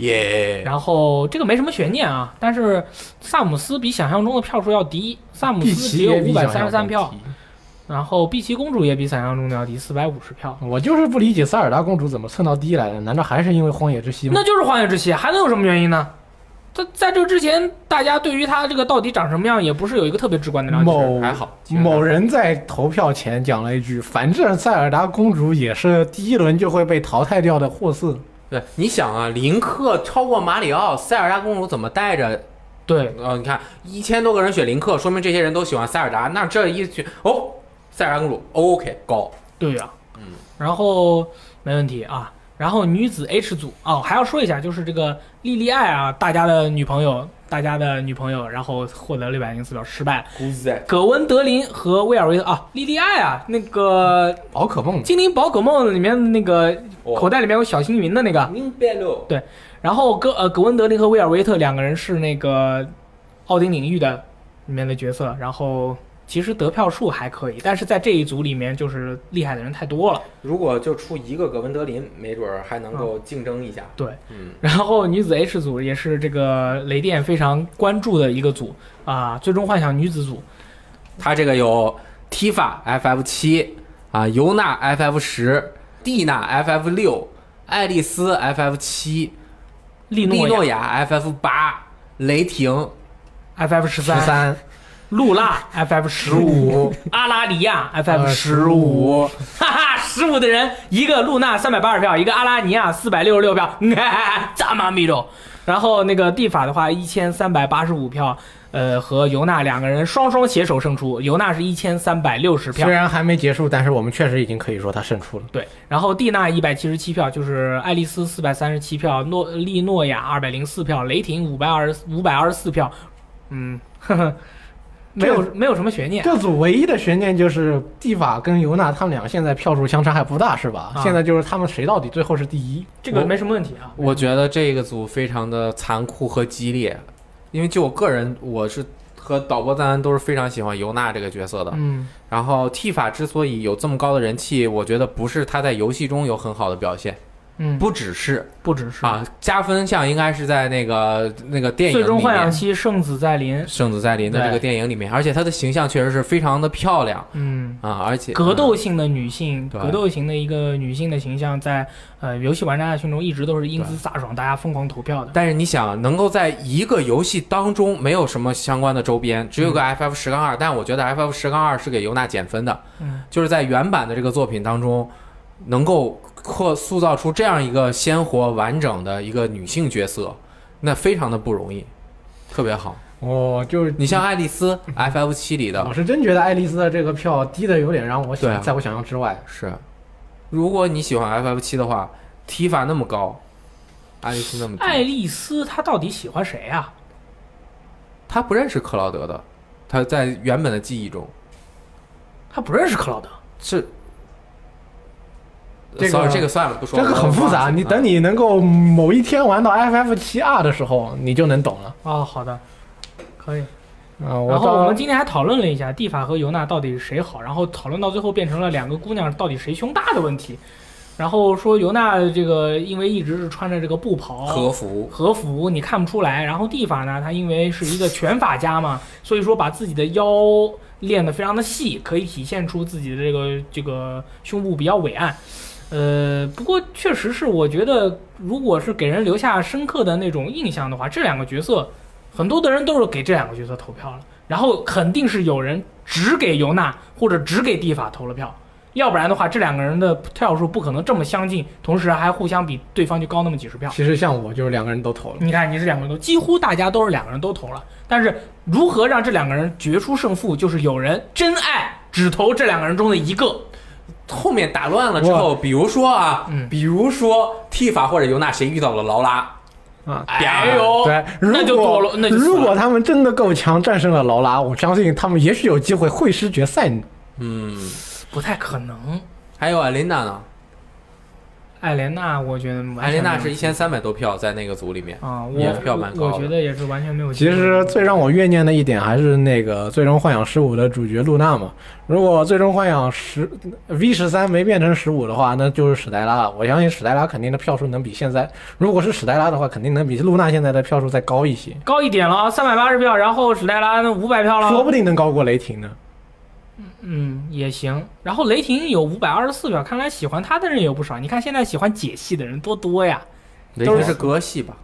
然后这个没什么悬念啊，但是萨姆斯比想象中的票数要低，萨姆斯只有五百三十三票，然后碧琪公主也比想象中的要低，四百五十票。 我就是不理解塞尔达公主怎么蹭到第一来的，难道还是因为荒野之息吗？ 那就是荒野之息，还能有什么原因呢？在在这之前，大家对于他这个到底长什么样，也不是有一个特别直观的了解。 某还好， 某人在投票前讲了一句：“反正塞尔达公主也是第一轮就会被淘汰掉的货色。” 对，你想啊，林克超过马里奥，塞尔达公主怎么带着？ 对， 呃，你看一千多个人选林克，说明这些人都喜欢塞尔达。那这一群哦，塞尔达公主 OK 高。 对呀、啊，嗯，然后没问题啊。然后女子 H 组哦，还要说一下，就是这个莉莉艾啊，大家的女朋友，大家的女朋友，然后获得六百零四票，失败了。葛温德林和威尔维特啊，莉莉艾啊，那个宝可梦精灵宝可梦里面那个口袋里面有小星云的那个， 明白了。 对，然后葛呃葛温德林和威尔维特两个人是那个奥丁领域的里面的角色，然后。其实得票数还可以，但是在这一组里面就是厉害的人太多了。 如果就出一个葛温德林，没准还能够竞争一下。 嗯、对， 嗯。 然后女子 H 组也是这个雷电非常关注的一个组啊，最终幻想女子组， 它这个有 Tifa F F 七啊，尤娜 F F 十，蒂娜 F F 六，爱丽丝 F F 七， 利诺亚 F F 八，雷霆 F F 十三。 露娜 F F 十五，阿拉尼亚 F F 十五，哈哈，十五的人一个露娜三百八十票，一个阿拉尼亚四百六十六票，这么密度。然后那个地法的话一千三百八十五票，呃，和尤娜两个人双双携手胜出，尤娜是一千三百六十票， 虽然还没结束，但是我们确实已经可以说他胜出了。 对，然后蒂娜一百七十七票，就是爱丽丝四百三十七票，诺利诺亚二百零四票，雷霆五百二十五百二十四票，嗯，呵呵。没有没有什么悬念， 这组唯一的悬念就是蒂法跟尤娜他们俩现在票数相差还不大，是吧？啊、现在就是他们谁到底最后是第一， 这个没什么问题啊。 我觉得这个组非常的残酷和激烈，因为就我个人，我是和导播赞恩都是非常喜欢尤娜这个角色的。 嗯， 然后蒂法之所以有这么高的人气，我觉得不是他在游戏中有很好的表现。 嗯， 不只是， 不只是啊，加分项应该是在那个那个电影里面， 最终幻想七圣子在临， 圣子在临的这个电影里面，而且她的形象确实是非常的漂亮， 嗯啊，而且格斗性的女性， 嗯、 格斗型的一个女性的形象在，在呃游戏玩家的心中一直都是英姿飒爽，大家疯狂投票的。 但是你想，能够在一个游戏当中没有什么相关的周边，只有个 F F 十杠二，但我觉得 F F 十杠二是给尤娜减分的， 嗯， 就是在原版的这个作品当中，能够或塑造出这样一个鲜活完整的一个女性角色，那非常的不容易，特别好。 哦，就是你像爱丽丝 F F 七里的， 我是真觉得爱丽丝的这个票低的有点让我想、 啊、 在我想象之外。 是，如果你喜欢 F F 七的话，提法那么高，爱丽丝那么低， 爱丽丝她到底喜欢谁啊？ 她不认识克劳德的，她在原本的记忆中， 她不认识克劳德是。 这个这个算了，不说了。 这个很复杂，你等你能够某一天玩到 F F 七 R 的时候，你就能懂了。 哦，好的，可以。 嗯， 然后我们今天还讨论了一下蒂法和尤娜到底谁好，然后讨论到最后变成了两个姑娘到底谁胸大的问题。 然后说尤娜这个因为一直是穿着这个布袍和服， 和服你看不出来。然后蒂法呢，她因为是一个拳法家嘛，所以说把自己的腰练得非常的细，可以体现出自己的这个这个胸部比较伟岸。呃，不过确实是我觉得，如果是给人留下深刻的那种印象的话，这两个角色很多的人都是给这两个角色投票了，然后肯定是有人只给尤娜或者只给蒂法投了票。要不然的话，这两个人的票数不可能这么相近，同时还互相比对方就高那么几十票。 其实像我就是两个人都投了。 你看，你是两个人都，几乎大家都是两个人都投了。但是如何让这两个人决出胜负，就是有人真爱只投这两个人中的一个。 后面打乱了之后，比如说啊， 嗯、 比如说蒂法或者尤娜谁遇到了劳拉啊？ 哎呦， 对， 那就多了，那就如果他们真的够强，战胜了劳拉，我相信他们也许有机会会师决赛。 嗯。 不太可能。 还有艾琳娜呢？ 艾莲娜，我觉得艾琳娜是一千三百多票在那个组里面啊， 也票蛮高的。 我觉得也是完全没有。 其实最让我怨念的一点还是那个《最终幻想十五》的主角露娜嘛。如果《最终幻想十 V 十三》没变成十五的话，那就是史黛拉了。我相信史黛拉肯定的票数能比现在，如果是史黛拉的话，肯定能比露娜现在的票数再高一些， 高一点了，三百八十票，然后史黛拉那五百票了， 说不定能高过雷霆呢。 嗯，也行。然后雷霆有五百二十四票，看来喜欢他的人也有不少。你看现在喜欢解系的人多多呀。 雷霆是哥系吧？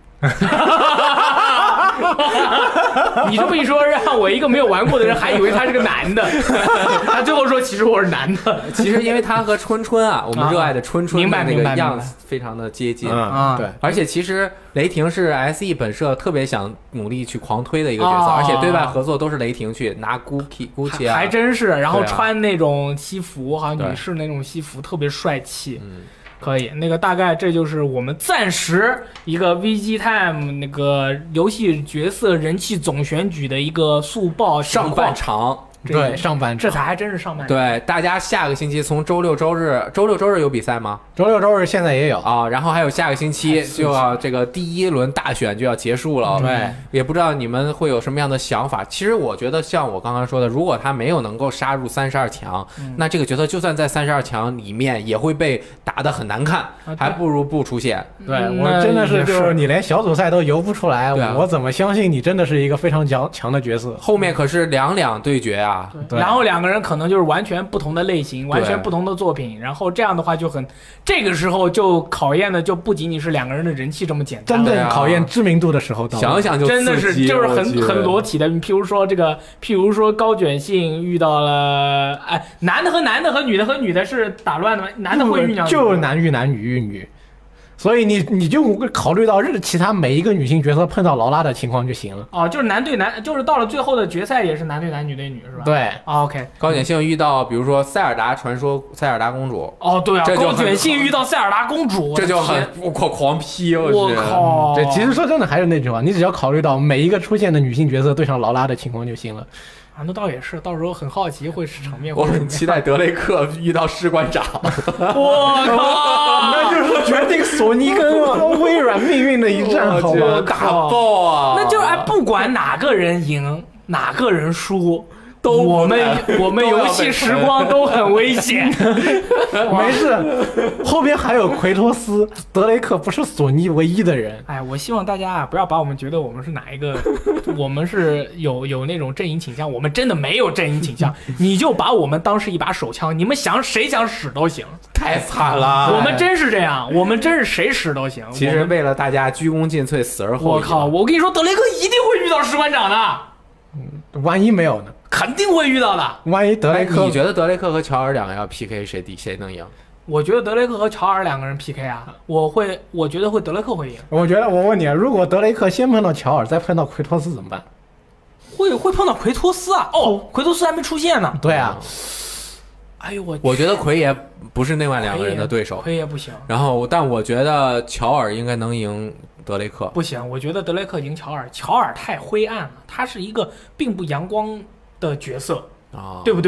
你这么一说，让我一个没有玩过的人还以为他是个男的。他最后说，其实我是男的。 其实因为他和春春啊，我们热爱的春春的那个样子非常的接近啊。 对， 而且其实雷霆是 S E 本社特别想努力去狂推的一个角色，而且对外合作都是雷霆去拿 Gucci Gucci 啊， 还真是。然后穿那种西服，好像女士那种西服特别帅气。 嗯。 可以，那个大概这就是我们暂时一个 V G Time 那个游戏角色人气总选举的一个速报上半场。 对，上半场这才还真是上半场。 对，大家下个星期从周六周日，周六周日有比赛吗？ 周六周日现在也有啊，然后还有下个星期就要这个第一轮大选就要结束了。 对， 也不知道你们会有什么样的想法。其实我觉得像我刚刚说的，如果他没有能够杀入三十二强， 嗯、 那这个角色就算在三十二强里面也会被打得很难看， 啊、 还不如不出现。 对、嗯、我真的是就是你连小组赛都游不出来， 啊、 我怎么相信你真的是一个非常强强的角色？ 后面可是两两对决啊， 对，然后两。两个人可能就是完全不同的类型，完全不同的作品，然后这样的话就很，这个时候就考验的就不仅仅是两个人的人气这么简单， 真正考验知名度的时候到了， 想想就真的是就是很很裸体的。譬如说这个，譬如说高卷信遇到了，哎，男的和男的和女的和女的是打乱的吗？男的会遇娘， 就男遇男，女遇女。所以你你就考虑到日其他每一个女性角色碰到劳拉的情况就行了。 哦，就是男对男，就是到了最后的决赛也是男对男，女对女是吧？ 对、 哦、，OK。 高卷信遇到比如说塞尔达传说塞尔达公主。 哦，对啊，高卷信遇到塞尔达公主， 这就很我靠狂批， 我靠！ 对，其实说真的还是那句话，你只要考虑到每一个出现的女性角色对上劳拉的情况就行了。 啊，那倒也是，到时候很好奇会是场面。 我很期待德雷克遇到士官长。 我靠， 那就是决定索尼跟微软命运的一战，好吧？ 打爆啊！ 那就是哎，不管哪个人赢，哪个人输。 都我们我们游戏时光都很危险。 没事，后边还有奎托斯、德雷克，不是索尼唯一的人。 哎，我希望大家啊，不要把我们觉得我们是哪一个，我们是有有那种阵营倾向，我们真的没有阵营倾向。你就把我们当是一把手枪，你们想谁想使都行。 太惨了， 我们真是这样，我们真是谁使都行。 其实为了大家鞠躬尽瘁，死而后已。 我靠！我跟你说，德雷克一定会遇到士官长的。 嗯，万一没有呢？ 肯定会遇到的。 万一德雷克， 你觉得德雷克和乔尔两个要 P K 谁敌谁能赢？ 我觉得德雷克和乔尔两个人 P K 啊，我会，我觉得会德雷克会赢。 我觉得，我问你啊，如果德雷克先碰到乔尔，再碰到奎托斯怎么办？ 会会碰到奎托斯啊？哦，奎托斯还没出现呢。 对啊。 哎呦我！ 我觉得奎爷不是另外两个人的对手， 奎爷不行。 然后，但我觉得乔尔应该能赢德雷克。 不行，我觉得德雷克赢乔尔，乔尔太灰暗了，他是一个并不阳光的角色。 啊， 对不对？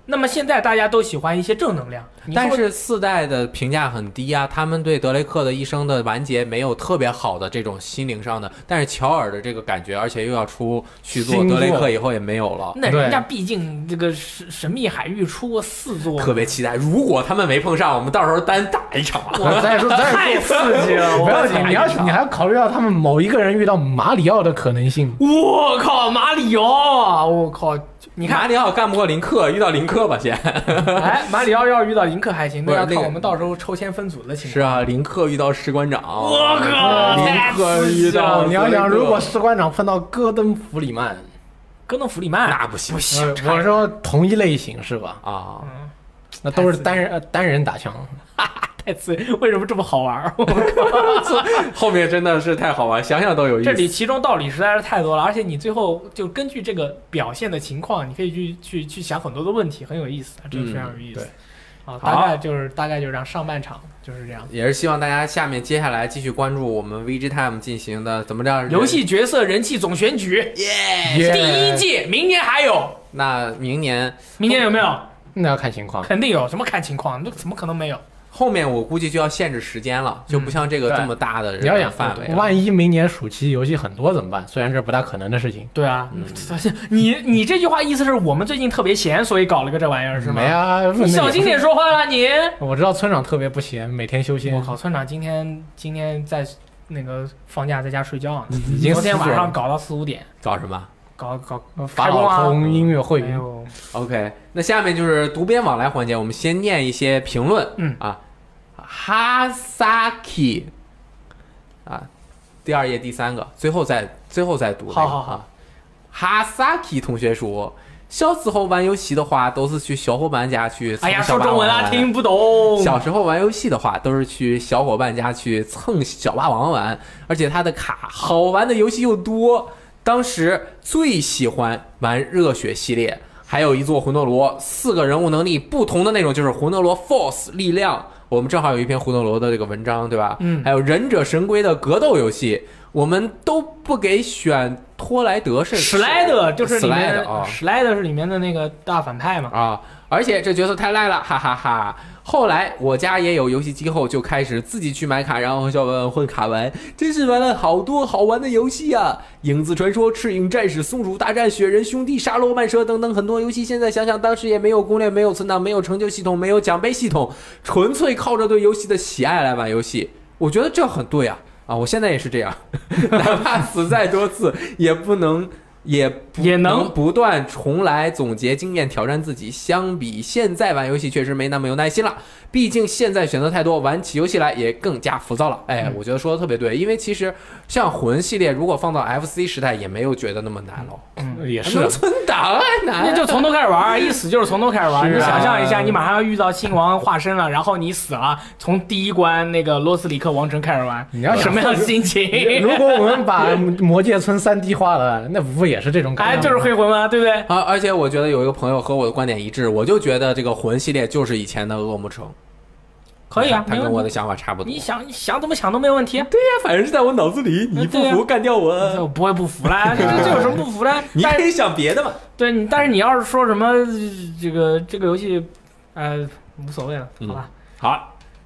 那么现在大家都喜欢一些正能量，你说但是四代的评价很低啊，他们对德雷克的一生的完结没有特别好的这种心灵上的，但是乔尔的这个感觉，而且又要出续作， 新作德雷克以后也没有了。 那人家毕竟这个神神秘海域出过四座， 特别期待，如果他们没碰上，我们到时候单打一场啊！ 我再说再太刺激了！ 不要我紧，你要你还要考虑到他们某一个人遇到马里奥的可能性。 我靠，马里奥啊！我靠，你看马里奥干不过林克，遇到林克吧先。 哎，马里奥要遇到林克还行，那要看不是那个我们到时候抽签分组的情况。 是啊，林克遇到士官长， 我靠， 林太克刺激遇到了！ 你要想，如果士官长碰到戈登·弗里曼， 戈登·弗里曼那不行不行， 呃我说同一类型是吧？ 啊！ 嗯， 那都是单人呃单人打枪。 太刺激！为什么这么好玩？ 后面真的是太好玩，想想都有意思。 这里其中道理实在是太多了，而且你最后就根据这个表现的情况，你可以去去去想很多的问题，很有意思，这个非常有意思。 对啊， 好大概就是大概就是这样，上半场就是这样。 也是希望大家下面接下来继续关注我们 V G Time 进行的怎么着游戏角色人气总选举， 耶。 第一届，明年还有， 那明年明年有没有？ 那要看情况。 肯定有，什么看情况？那怎么可能没有？ 后面我估计就要限制时间了，就不像这个对这么大的你要想范围了。 万一明年暑期游戏很多怎么办？虽然这不大可能的事情。 对啊， 嗯你你这句话意思是我们最近特别闲，所以搞了个这玩意儿是吗？ 没啊， 你小心点说话啦你！ 我知道村长特别不闲，每天修仙。 我靠，村长今天今天在那个放假在家睡觉呢， 已经昨天晚死了上搞到四五点， 搞什么搞搞法开工啊老通音乐会哎，呦， ？OK，那下面就是读编往来环节，我们先念一些评论。 嗯啊，哈萨基啊，第二页第三个，最后再最后再读、那个。 好好好啊，哈萨基同学说。小时候玩游戏的话，都是去小伙伴家去蹭哎呀， 小霸说中文啊， 王玩听不懂。 小时候玩游戏的话，都是去小伙伴家去蹭小霸王玩，而且它的卡好玩的游戏又多。当时最喜欢玩热血系列，还有一座魂斗罗，四个人物能力不同的那种，就是魂斗罗 Force 力量。我们正好有一篇魂斗罗的这个文章，对吧？ 嗯还有忍者神龟的格斗游戏，我们都不给选托莱德是史莱德就是里史莱面德啊史莱德是里面的那个大反派嘛。 啊！而且这角色太赖了，哈哈哈！后来我家也有游戏机后，就开始自己去买卡，然后和小伙伴混卡玩，真是玩了好多好玩的游戏啊！影子传说、赤影战士、松鼠大战、雪人兄弟、沙罗曼蛇等等很多游戏，现在想想当时也没有攻略，没有存档，没有成就系统，没有奖杯系统，纯粹靠着对游戏的喜爱来玩游戏。我觉得这很对啊！啊，我现在也是这样，哪怕死再多次，也不能。也不也能不断重来，总结经验，挑战自己。相比现在玩游戏，确实没那么有耐心了。毕竟现在选择太多，玩起游戏来也更加浮躁了。哎， 嗯我觉得说的特别对，因为其实像魂系列，如果放到 F C 时代，也没有觉得那么难了。 嗯， 也是能存档还难， 那就从头开始玩，一死就是从头开始玩。 是啊你想象一下，你马上要遇到新王化身了，然后你死了，从第一关那个罗斯里克王城开始玩， 你要想什么样的心情？ 如果我们把魔界村 三 D 化了，那不也是这种感哎， 觉？ 就是黑魂吗？对不对？ 啊！而且我觉得有一个朋友和我的观点一致，我就觉得这个魂系列就是以前的恶魔城。 可以啊， 他没问题。 跟我的想法差不多。 你想你想怎么想都没问题。 对呀，反正是在我脑子里，你不对呀服干掉我。 我不会不服啦，这这有什么不服的？但是你可以想别的嘛。 对你，但是你要是说什么呃这个这个游戏，呃，无所谓了，好吧？ 好。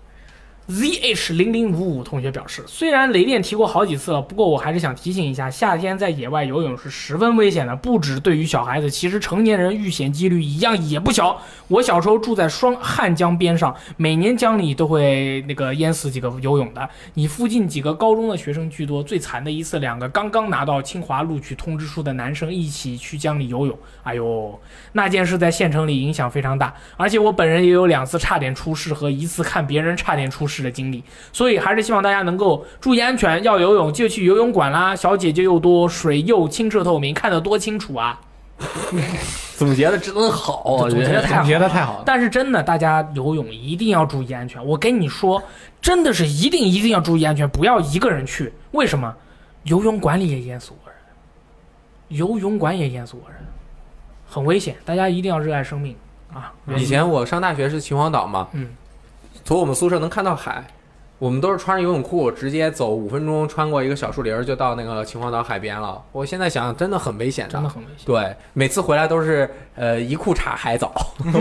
Z H 零零五五同学表示，虽然雷电提过好几次了，不过我还是想提醒一下，夏天在野外游泳是十分危险的，不止对于小孩子，其实成年人遇险几率一样也不小。我小时候住在双汉江边上，每年江里都会那个淹死几个游泳的。你附近几个高中的学生居多，最惨的一次，两个刚刚拿到清华录取通知书的男生一起去江里游泳，哎呦，那件事在县城里影响非常大，而且我本人也有两次差点出事和一次看别人差点出事的经历，所以还是希望大家能够注意安全，要游泳就去游泳馆啦，小姐姐又多，水又清澈透明，看得多清楚啊！ 总结的真好，我觉得总结的太好总结的太好了。 但是真的，大家游泳一定要注意安全。我跟你说，真的是一定一定要注意安全，不要一个人去。为什么？游泳馆里也淹死过人，游泳馆也淹死过人，很危险。大家一定要热爱生命啊！ 以前我上大学是秦皇岛嘛， 嗯， 从我们宿舍能看到海， 我们都是穿着游泳裤，直接走五分钟，穿过一个小树林就到那个秦皇岛海边了。我现在想想，真的很危险的， 真的很危险。 对，每次回来都是呃一裤衩海藻，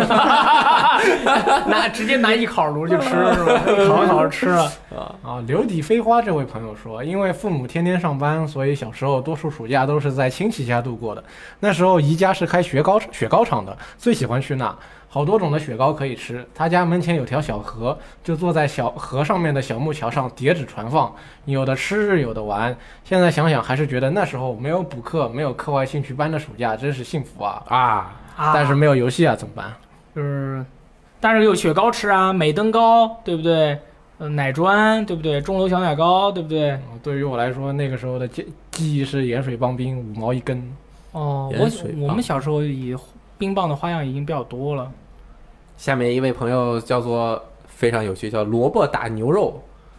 拿直接拿一烤炉就吃是吧？烤一烤吃了。 啊，流底飞花这位朋友说，因为父母天天上班，所以小时候多数暑假都是在亲戚家度过的。那时候姨家是开雪糕雪糕厂的，最喜欢去那。好多种的雪糕可以吃，他家门前有条小河，就坐在小河上面的小木桥上叠纸船放，有的吃有的玩。现在想想还是觉得那时候没有补课，没有课外兴趣班的暑假真是幸福啊啊！ 但是没有游戏啊，怎么办？ 就是，但是有雪糕吃啊，美登糕对不对？呃，奶砖对不对？钟楼小奶糕对不对？ 嗯、对于我来说，那个时候的记记忆是盐水棒冰五毛一根。 哦，我我们小时候以冰棒的花样已经比较多了。 下面一位朋友叫做非常有趣，叫萝卜打牛肉。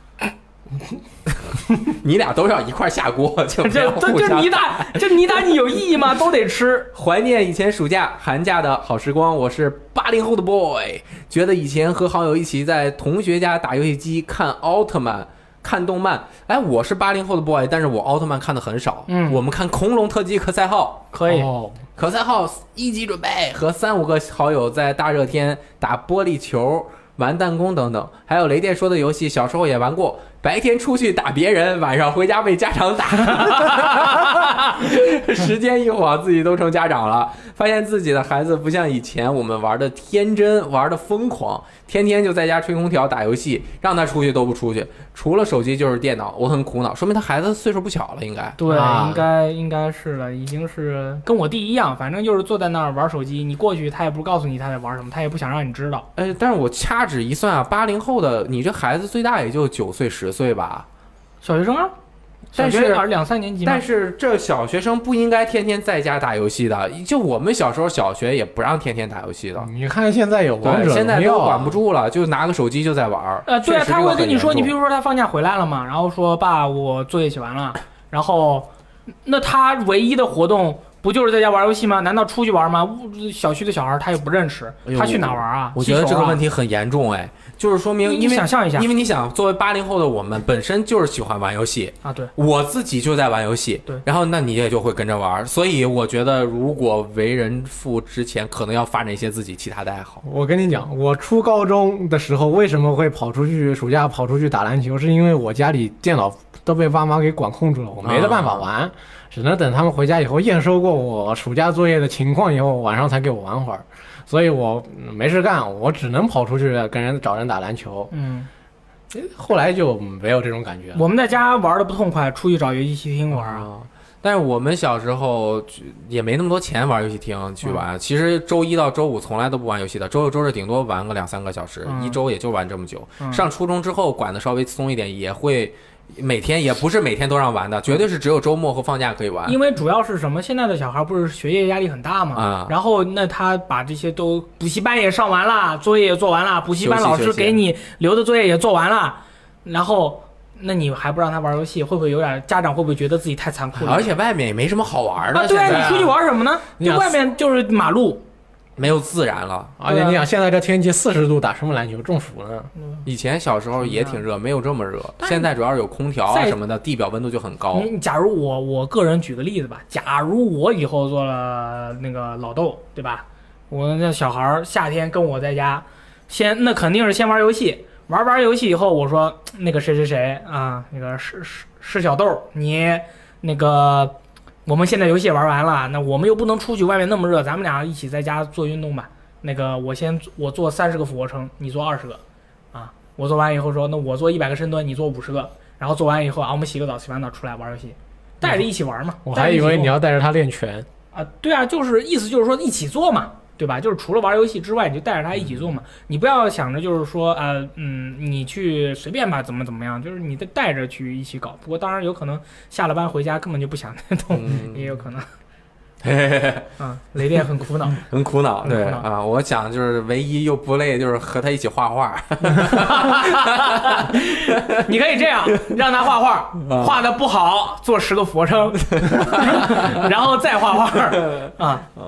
你俩都要一块下锅，就不要互相这这你打这你打你有意义吗？都得吃。 怀念以前暑假、寒假的好时光。我是八零后的 boy， 觉得以前和好友一起在同学家打游戏机、看奥特曼、看动漫。哎，我是八零后的 boy， 但是我奥特曼看的很少。 嗯， 我们看恐龙特辑可赛号， 可以。 哦， 可赛号一级准备，和三五个好友在大热天打玻璃球、玩弹弓等等，还有雷电说的游戏，小时候也玩过。白天出去打别人，晚上回家被家长打。时间一晃，自己都成家长了，发现自己的孩子不像以前我们玩的天真，玩的疯狂，天天就在家吹空调打游戏，让他出去都不出去，除了手机就是电脑。我很苦恼，说明他孩子岁数不小了，应该对、 啊、 应该应该是了，已经是跟我弟一样，反正就是坐在那儿玩手机，你过去他也不告诉你他在玩什么，他也不想让你知道。 哎，但是我掐指一算啊，八零后的你这孩子最大也就九岁十岁吧， 小学生啊， 但是两三年级嘛。 但是这小学生不应该天天在家打游戏的，就我们小时候小学也不让天天打游戏的。 你看现在有王者荣耀， 现在都管不住了，就拿个手机就在玩。 呃，对啊，他会跟你说，你比如说他放假回来了嘛，然后说爸，我作业写完了，然后那他唯一的活动不就是在家玩游戏吗？难道出去玩吗？小区的小孩他又不认识，他去哪玩啊？ 我觉得这个问题很严重，哎，就是说明，因为想象一下， 因为你想，作为八零后的我们本身就是喜欢玩游戏啊，对， 我自己就在玩游戏， 对， 然后那你也就会跟着玩，所以我觉得如果为人父之前，可能要发展一些自己其他的爱好。 我跟你讲，我初高中的时候为什么会跑出去，暑假跑出去打篮球，是因为我家里电脑都被爸妈给管控住了，我没得办法玩。啊，只能等他们回家以后验收过我暑假作业的情况以后，晚上才给我玩会儿，所以我没事干，我只能跑出去跟人找人打篮球。 嗯， 后来就没有这种感觉了。 我们在家玩的不痛快，出去找游戏厅玩啊。 但是我们小时候也没那么多钱玩游戏厅去玩，嗯、其实周一到周五从来都不玩游戏的，周六周日顶多玩个两三个小时，嗯、一周也就玩这么久。嗯、上初中之后管的稍微松一点，也会。每天也不是每天都让玩的，绝对是只有周末和放假可以玩。 因为主要是什么？现在的小孩不是学业压力很大嘛， 啊、 然后那他把这些都补习班也上完了，作业也做完了，补习班老师给你留的作业也做完了，然后那你还不让他玩游戏，会不会有点家长会不会觉得自己太残酷了？ 而且外面也没什么好玩的。 啊，对啊，你出去玩什么呢？就外面就是马路。 没有自然了， 而且你想现在这天气四十度，打什么篮球中暑呢？ 以前小时候也挺热，没有这么热。现在主要是有空调啊什么的，地表温度就很高。 你假如我我个人举个例子吧，假如我以后做了那个老豆，对吧？我那小孩夏天跟我在家，先那肯定是先玩游戏，玩玩游戏以后，我说那个谁谁谁啊，那个是是是小豆，你那个。我们现在游戏也玩完了，那我们又不能出去，外面那么热，咱们俩一起在家做运动吧。那个我先我做三十个俯卧撑，你做二十个，啊，我做完以后说，那我做一百个深蹲，你做五十个，然后做完以后啊，我们洗个澡，洗完澡出来玩游戏，带着一起玩嘛。 我还以为你要带着他练拳啊，对啊，就是意思就是说一起做嘛。对吧？就是除了玩游戏之外，你就带着他一起做嘛。你不要想着就是说，呃，嗯，你去随便吧，怎么怎么样，就是你得带着去一起搞。不过当然有可能下了班回家根本就不想动，嗯、也有可能。啊，雷电很苦恼， 很苦恼，对啊，我想就是唯一又不累，就是和他一起画画。 你可以这样让他画画，画的不好做十个俯卧撑，然后再画画啊。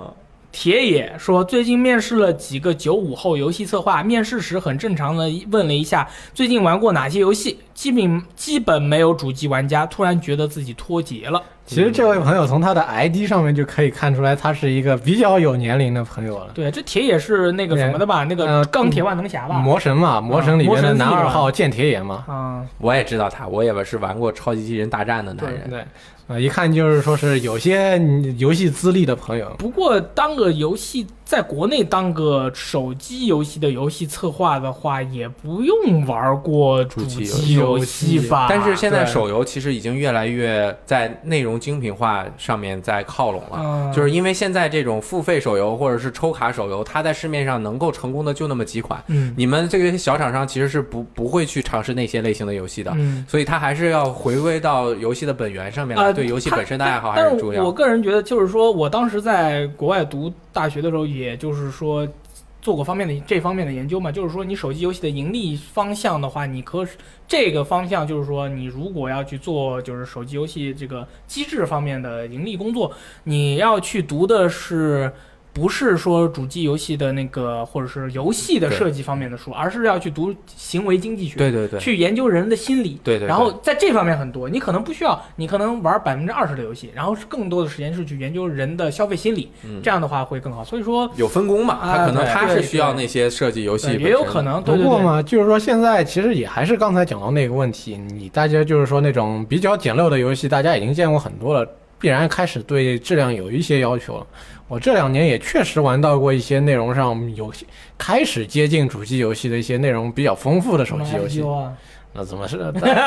铁野说，最近面试了几个九五后游戏策划，面试时很正常的问了一下最近玩过哪些游戏，基本基本没有主机玩家，突然觉得自己脱节了。 其实这位朋友从他的 I D 上面就可以看出来，他是一个比较有年龄的朋友了。 对，这铁野是那个什么的吧？那个钢铁万能侠吧？ 魔神嘛，魔神里面的男二号剑铁野嘛。 嗯， 我也知道他，我也是玩过超级机器人大战的男人。 对。啊，一看就是说是有些游戏资历的朋友。 不过当个游戏在国内当个手机游戏的游戏策划的话，也不用玩过主机游戏吧。 但是现在手游其实已经越来越在内容精品化上面在靠拢了， 嗯、 就是因为现在这种付费手游或者是抽卡手游，它在市面上能够成功的就那么几款。 嗯， 你们这个小厂商其实是不不会去尝试那些类型的游戏的， 嗯， 所以它还是要回归到游戏的本源上面来。呃对游戏本身的爱好还是重要。 但是我个人觉得，就是说我当时在国外读大学的时候，也就是说做过方面的这方面的研究嘛，就是说你手机游戏的盈利方向的话，你可这个方向就是说，你如果要去做就是手机游戏这个机制方面的盈利工作，你要去读的是。不是说主机游戏的那个或者是游戏的设计方面的书，而是要去读行为经济学， 对对对， 去研究人的心理， 对 对, 对。 然后在这方面很多，你可能不需要，你可能玩百分之二十的游戏，然后更多的时间是去研究人的消费心理，嗯、这样的话会更好。所以说有分工嘛，他可能他是需要那些设计游戏， 也有可能。 不过嘛，就是说现在其实也还是刚才讲到那个问题，你大家就是说那种比较简陋的游戏，大家已经见过很多了，必然开始对质量有一些要求了。我这两年也确实玩到过一些内容上有开始接近主机游戏的一些内容比较丰富的手机游戏。 啊、 那怎么是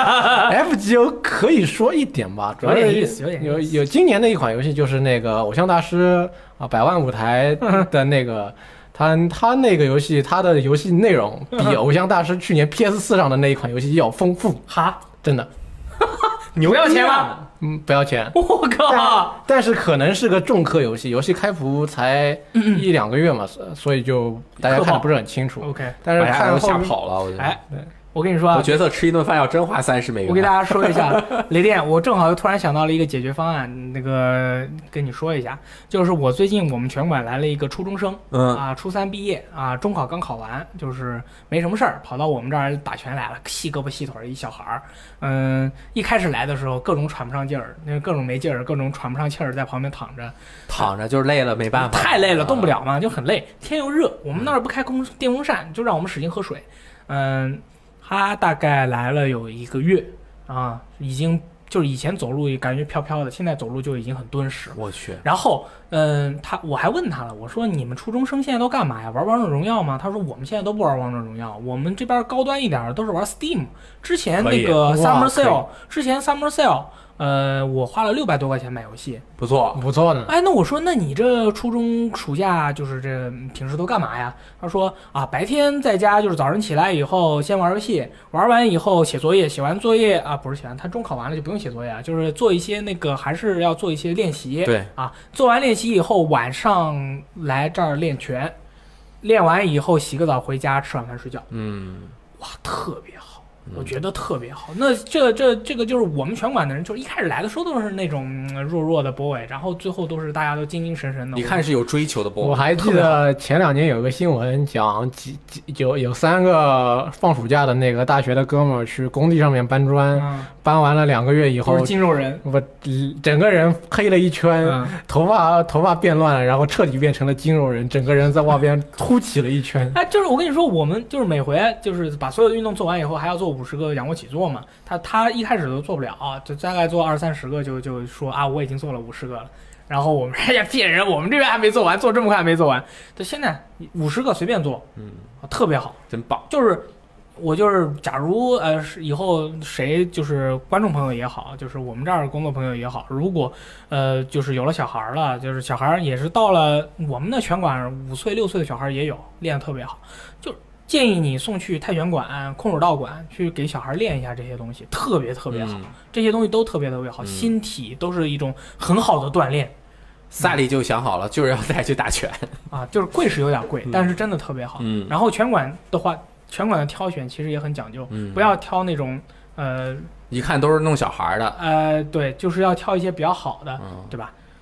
F G O 可以说一点吧，主要是有点意思，有点有有今年的一款游戏就是那个偶像大师啊百万舞台的那个。他他那个游戏，他的游戏内容比偶像大师去年 P S 四 上的那一款游戏要丰富， 哈， 真的。 牛要钱吗？ 嗯，不要钱。 我靠！ 但, 但是可能是个重氪游戏，游戏开服才一两个月嘛，所以就大家看的不是很清楚。 OK， 但是看吓跑了，我觉得。 哎，对。我跟你说啊， 我角色吃一顿饭要真花三十美元。 我给大家说一下，雷电，我正好突然想到了一个解决方案，那个跟你说一下，就是我最近我们拳馆来了一个初中生， 嗯啊，初三毕业啊，中考刚考完，就是没什么事儿，跑到我们这儿打拳来了，细胳膊细腿一小孩儿，嗯，一开始来的时候各种喘不上劲儿，那各种没劲儿，各种喘不上气儿，在旁边躺着， 躺着就是累了，没办法， 太累了，动不了嘛，就很累，天又热，我们那儿不开空电风扇，就让我们使劲喝水，嗯。他大概来了有一个月啊，已经就是以前走路也感觉飘飘的，现在走路就已经很敦实。 我去。 然后，嗯，他我还问他了，我说你们初中生现在都干嘛呀？玩王者荣耀吗？他说我们现在都不玩王者荣耀，我们这边高端一点的都是玩 Steam。之前那个 Summer Sale， 之前 Summer Sale。呃，我花了六百多块钱买游戏， 不错， 不错呢。 哎，那我说，那你这初中暑假就是这平时都干嘛呀？他说啊，白天在家就是早上起来以后先玩游戏，玩完以后写作业，写完作业啊，不是写完，他中考完了就不用写作业啊，就是做一些那个还是要做一些练习。 对啊，做完练习以后晚上来这儿练拳，练完以后洗个澡回家吃晚饭睡觉。 嗯， 哇，特别好。我觉得特别好。那这这这个就是我们拳馆的人，就是一开始来的时候都是那种弱弱的波尾，然后最后都是大家都精精神神的。 你看是有追求的波尾。 我还记得前两年有个新闻讲几几有有三个放暑假的那个大学的哥们儿去工地上面搬砖，嗯、搬完了两个月以后， 都是筋肉人， 我整个人黑了一圈， 嗯、 头发头发变乱了，然后彻底变成了筋肉人，整个人在外边凸起了一圈。 哎，就是我跟你说，我们就是每回就是把所有的运动做完以后，还要做五十个仰卧起坐嘛。他他一开始都做不了，就大概做二三十个就就说啊，我已经做了五十个了。然后我们哎呀骗人，我们这边还没做完，做这么快还没做完。就现在五十个随便做， 嗯， 特别好， 真棒。 就是我就是假如呃以后谁就是观众朋友也好，就是我们这儿工作朋友也好，如果呃就是有了小孩了，就是小孩也是到了我们的拳馆五岁六岁的小孩也有，练得特别好，就建议你送去泰拳馆、空手道馆去给小孩练一下这些东西，特别特别好，嗯、这些东西都特别特别好，嗯、心体都是一种很好的锻炼。 萨利就想好了，就是要带去打拳啊，就是贵是有点贵，但是真的特别好。 嗯， 然后拳馆的话，拳馆的挑选其实也很讲究， 嗯， 不要挑那种呃， 一看都是弄小孩的。 呃，对，就是要挑一些比较好的， 嗯、 对吧？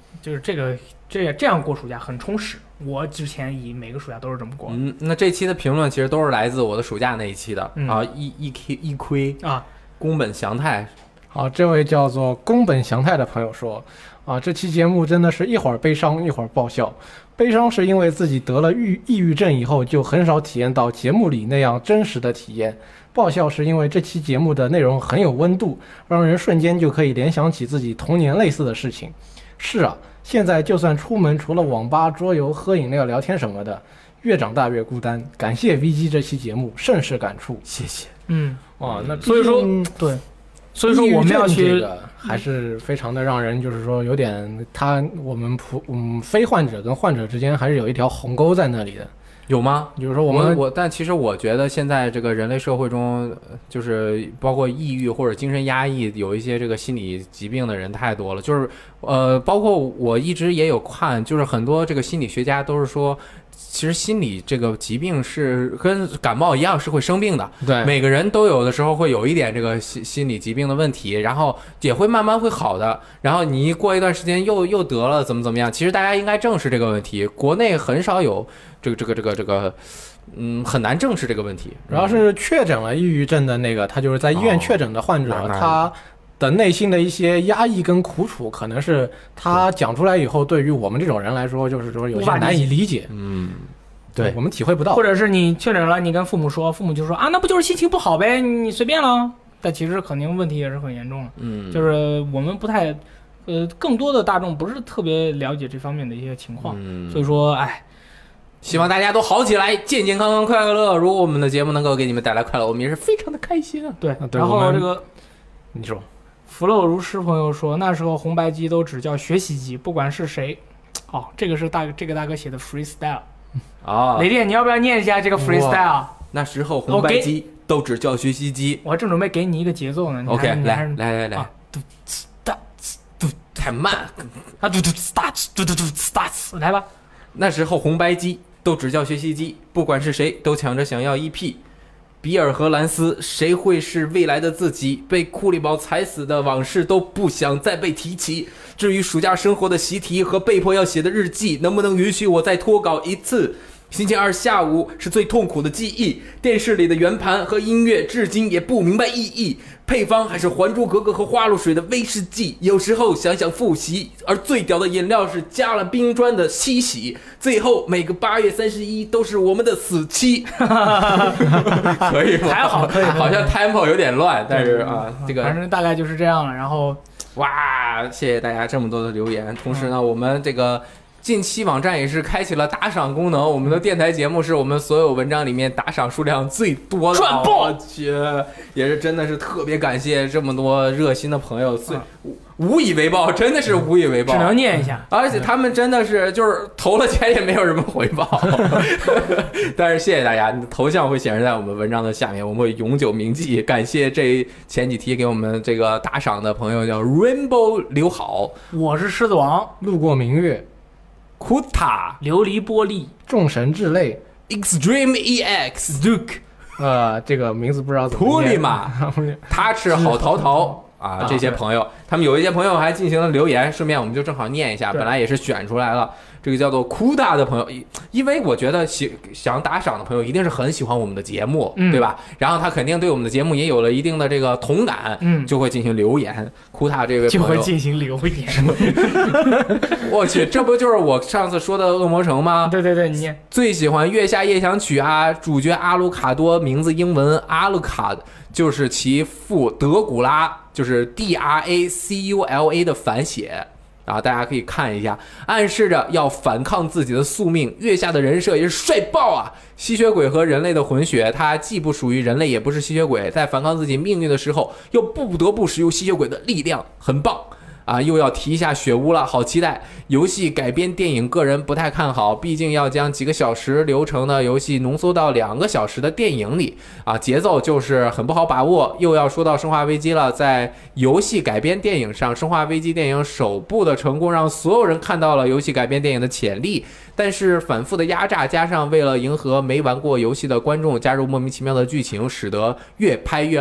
就是这个这这样过暑假很充实。我之前以每个暑假都是这么过。 嗯，那这期的评论其实都是来自我的暑假那一期的、 嗯、 啊，一一亏一亏啊， 宫本祥太。 好，这位叫做宫本祥太的朋友说，啊，这期节目真的是一会儿悲伤一会儿爆笑。悲伤是因为自己得了郁抑郁症以后，就很少体验到节目里那样真实的体验。爆笑是因为这期节目的内容很有温度，让人瞬间就可以联想起自己童年类似的事情。是啊，现在就算出门，除了网吧、桌游、喝饮料、聊天什么的，越长大越孤单。感谢 V G 这期节目，甚是感触，谢谢。 嗯， 哇，那所以说对。所以说我们要去， 还是非常的让人就是说有点，他我们普嗯非患者跟患者之间还是有一条鸿沟在那里的， 有吗？ 就是说我们我但其实我觉得现在这个人类社会中，就是包括抑郁或者精神压抑，有一些这个心理疾病的人太多了。就是呃，包括我一直也有看，就是很多这个心理学家都是说。其实心理这个疾病是跟感冒一样是会生病的， 对， 每个人都有的时候会有一点这个心心理疾病的问题，然后也会慢慢会好的，然后你过一段时间又又得了怎么怎么样，其实大家应该正视这个问题，国内很少有这个这个这个这个，嗯，很难正视这个问题。 主要是确诊了抑郁症的那个，他就是在医院确诊的患者， 哦、 他的内心的一些压抑跟苦楚，可能是他讲出来以后，对于我们这种人来说，就是说有些难以理解。 嗯， 对，我们体会不到。 或者是你确诊了，你跟父母说，父母就说啊，那不就是心情不好呗，你随便了。但其实肯定问题也是很严重的。 嗯， 就是我们不太，呃，更多的大众不是特别了解这方面的一些情况， 嗯、 所以说，哎。 希望大家都好起来，健健康康、快快乐乐。如果我们的节目能够给你们带来快乐，我们也是非常的开心啊。 对， 对然后这个， 你说。 福乐如诗朋友说，那时候红白机都只叫学习机，不管是谁。哦，这个是大这个大哥写的 freestyle。 啊， 雷电，你要不要念一下这个 freestyle？ 那时候红白机都只叫学习机。 我还正准备给你一个节奏呢。 OK， 来来来来， 嘟哒嘟， 太慢啊！嘟嘟 start， 嘟嘟嘟 start， 来吧。 那时候红白机都只叫学习机，不管是谁都抢着想要一屁。比尔和兰斯，谁会是未来的自己？被库里堡踩死的往事都不想再被提起。至于暑假生活的习题和被迫要写的日记，能不能允许我再脱稿一次？星期二下午是最痛苦的记忆，电视里的圆盘和音乐至今也不明白意义，配方还是《还珠格格》和花露水的威士忌。有时候想想复习，而最屌的饮料是加了冰砖的七喜。最后每个八月三十一都是我们的死期。可以吗？ 还好，可以， 好像 tempo 有点乱，但是啊，这个反正大概就是这样了。然后， 哇，谢谢大家这么多的留言。同时呢，我们这个。近期网站也是开启了打赏功能，我们的电台节目是我们所有文章里面打赏数量最多的， 赚爆！ 我去，也是真的是特别感谢这么多热心的朋友，最、嗯、无以为报，真的是无以为报， 只能念一下。 而且他们真的是就是投了钱也没有什么回报，但是谢谢大家，你的头像会显示在我们文章的下面，我们会永久铭记。感谢这前几题给我们这个打赏的朋友，叫 Rainbow 刘好， 我是狮子王， 路过明月。 库塔琉璃玻璃众神之泪 Extreme E X Duke， 呃，这个名字不知道怎么普里玛，他吃好淘淘啊，这些朋友，他们有一些朋友还进行了留言，顺便我们就正好念一下，本来也是选出来了。这个叫做库达的朋友，因为我觉得喜想打赏的朋友一定是很喜欢我们的节目， 嗯、 对吧？然后他肯定对我们的节目也有了一定的这个同感， 嗯， 就会进行留言。库塔这位就会进行留言， 我去，这不就是我上次说的恶魔城吗？ 对对对，你最喜欢《月下夜想曲》啊，主角阿鲁卡多名字英文阿鲁卡就是其父德古拉，就是 D R A C U L A 的反写。然后大家可以看一下，暗示着要反抗自己的宿命。月下的人设也是帅爆啊！吸血鬼和人类的混血，他既不属于人类，也不是吸血鬼，在反抗自己命运的时候，又不得不使用吸血鬼的力量，很棒啊！又要提一下雪屋了，好期待！游戏改编电影，个人不太看好，毕竟要将几个小时流程的游戏浓缩到两个小时的电影里啊，节奏就是很不好把握。又要说到生化危机了，在游戏改编电影上，生化危机电影首部的成功让所有人看到了游戏改编电影的潜力，但是反复的压榨加上为了迎合没玩过游戏的观众加入莫名其妙的剧情，使得越拍越烂。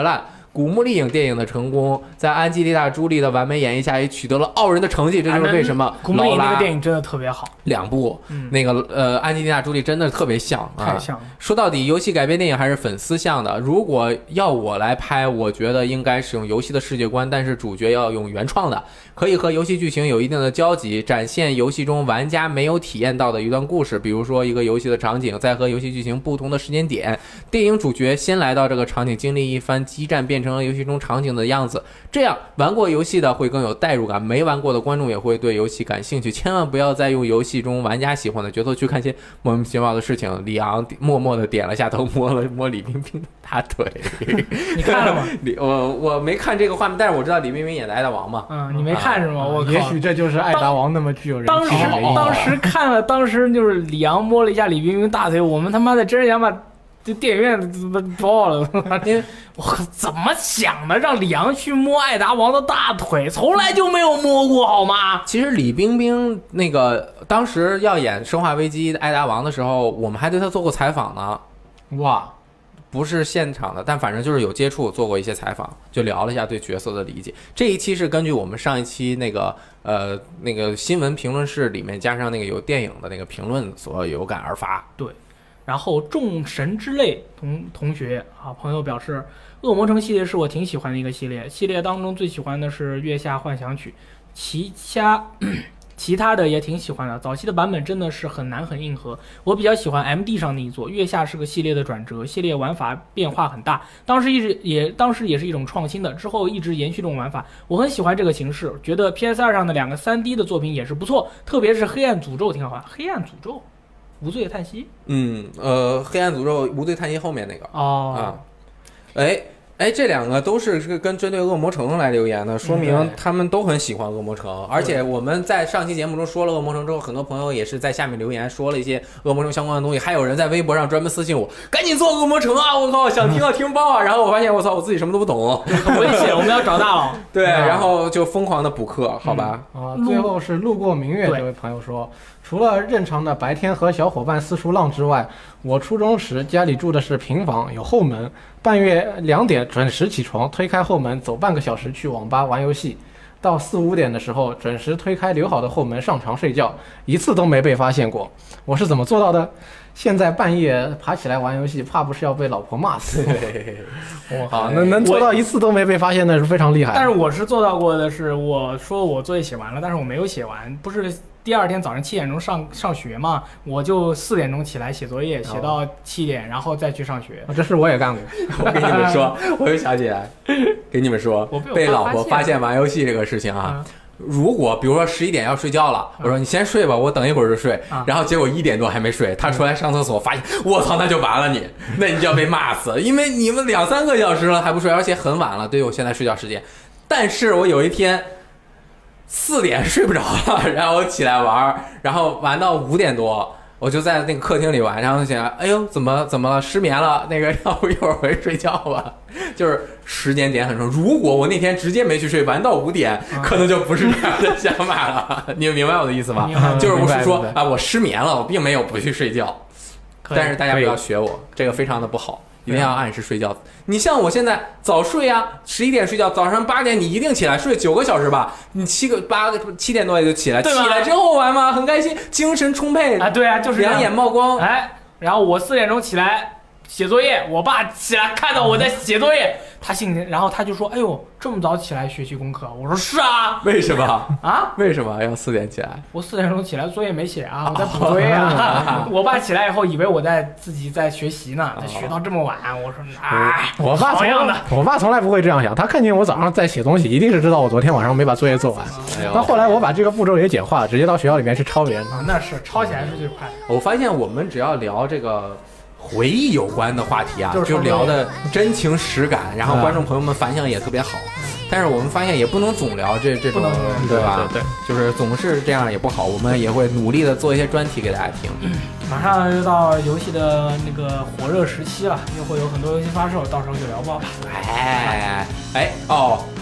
古墓丽影电影的成功，在安吉丽娜·朱莉的完美演绎下，也取得了傲人的成绩。这就是为什么古墓丽影那个电影真的特别好， 两部、嗯、那个呃安吉丽娜·朱莉真的特别像， 太像了、 啊。说到底，游戏改编电影还是粉丝向的。如果要我来拍，我觉得应该是用游戏的世界观，但是主角要用原创的，可以和游戏剧情有一定的交集，展现游戏中玩家没有体验到的一段故事。比如说一个游戏的场景，在和游戏剧情不同的时间点，电影主角先来到这个场景，经历一番激战，变成了游戏中场景的样子。这样玩过游戏的会更有代入感，没玩过的观众也会对游戏感兴趣。千万不要再用游戏中玩家喜欢的角色去看些莫名其妙的事情。里昂默默地点了下头，摸了摸李冰冰的大腿。 你看了吗？ 我我没看这个画面，但是我知道李冰冰演的艾达王嘛。 嗯，你没看是吗？我靠， 也许这就是艾达王那么具有人气的原因。 当时看了，当时就是里昂摸了一下李冰冰大腿，我们他妈的真是想把这电影院爆了！我怎么想的？让里昂去摸艾达王的大腿，从来就没有摸过，好吗？ 其实李冰冰那个当时要演《生化危机》艾达王的时候，我们还对他做过采访呢。 哇！ 不是现场的，但反正就是有接触，做过一些采访，就聊了一下对角色的理解。这一期是根据我们上一期那个呃那个新闻评论室里面加上那个有电影的那个评论所有感而发。 对，然后众神之泪同同学啊朋友表示，恶魔城系列是我挺喜欢的一个系列，系列当中最喜欢的是月下幻想曲，其他。其他的也挺喜欢的，早期的版本真的是很难很硬核。我比较喜欢 M D 上那一座，月下是个系列的转折，系列玩法变化很大，当时一直也当时也是一种创新的，之后一直延续这种玩法。我很喜欢这个形式，觉得 P S 二 上的两个 三 D 的作品也是不错，特别是黑暗诅咒挺好玩。黑暗诅咒，无罪叹息。 嗯，呃，黑暗诅咒无罪叹息后面那个哦啊，哎。哎，这两个都是跟针对恶魔城来留言的，说明他们都很喜欢恶魔城。而且我们在上期节目中说了恶魔城之后，很多朋友也是在下面留言说了一些恶魔城相关的东西，还有人在微博上专门私信我，赶紧做恶魔城啊！我靠，想听啊听爆啊！然后我发现我操，我自己什么都不懂， 很危险，我们要找大佬。 对，然后就疯狂的补课，好吧？ 啊，最后是路过明月这位朋友说，除了正常的白天和小伙伴四处浪之外，我初中时家里住的是平房，有后门，半夜两点准时起床，推开后门走半个小时去网吧玩游戏，到四五点的时候准时推开留好的后门上床睡觉，一次都没被发现过。我是怎么做到的？现在半夜爬起来玩游戏，怕不是要被老婆骂死？好，能能做到一次都没被发现的是非常厉害。 但是我是做到过的是，我说我作业写完了，但是我没有写完，不是第二天早上七点钟上上学嘛，我就四点钟起来写作业，写到七点，然后再去上学。 这事我也干过。 我跟你们说，我又想起来，给你们说，被老婆发现玩游戏这个事情啊。嗯，如果比如说十一点要睡觉了，我说你先睡吧，我等一会儿就睡，然后结果一点多还没睡，他出来上厕所发现，我操，那就完了你，那你就要被骂死，因为你们两三个小时了还不睡，而且很晚了，对于我现在睡觉时间。但是我有一天四点睡不着了，然后我起来玩，然后玩到五点多。我就在那个客厅里玩，然后想，哎呦，怎么怎么了？失眠了？那个，要不一会儿回去睡觉吧？就是时间点很重。如果我那天直接没去睡，玩到五点，啊、可能就不是这样的想法了。你们明白我的意思吗？就是我是说啊，我失眠了，我并没有不去睡觉。但是大家不要学我，这个非常的不好。一定要按时睡觉。你像我现在早睡啊，十一点睡觉，早上八点你一定起来睡九个小时吧？你七个八个七点多也就起来，起来之后玩嘛，很开心，精神充沛啊，对啊，就是两眼冒光。 哎，然后我四点钟起来写作业，我爸起来看到我在写作业，他心里，然后他就说：“哎呦，这么早起来学习功课？”我说：“是啊。” 为什么啊？ 为什么要四点起来？ 我四点钟起来，作业没写啊，我在补作业啊。我爸起来以后以为我在自己在学习呢，在学到这么晚。我说：“啊， 我爸从样的，我爸从来不会这样想，他看见我早上在写东西，一定是知道我昨天晚上没把作业做完。那、哎、后来我把这个步骤也简化，直接到学校里面去抄别人。 啊，那是抄起来是最快的。 我发现我们只要聊这个。回忆有关的话题啊，就聊的真情实感，然后观众朋友们反响也特别好。但是我们发现也不能总聊这这种，对吧？ 对对， 就是总是这样也不好。我们也会努力的做一些专题给大家听。 嗯、马上又到游戏的那个火热时期了，又会有很多游戏发售，到时候就聊爆吧。 哎哎哦，就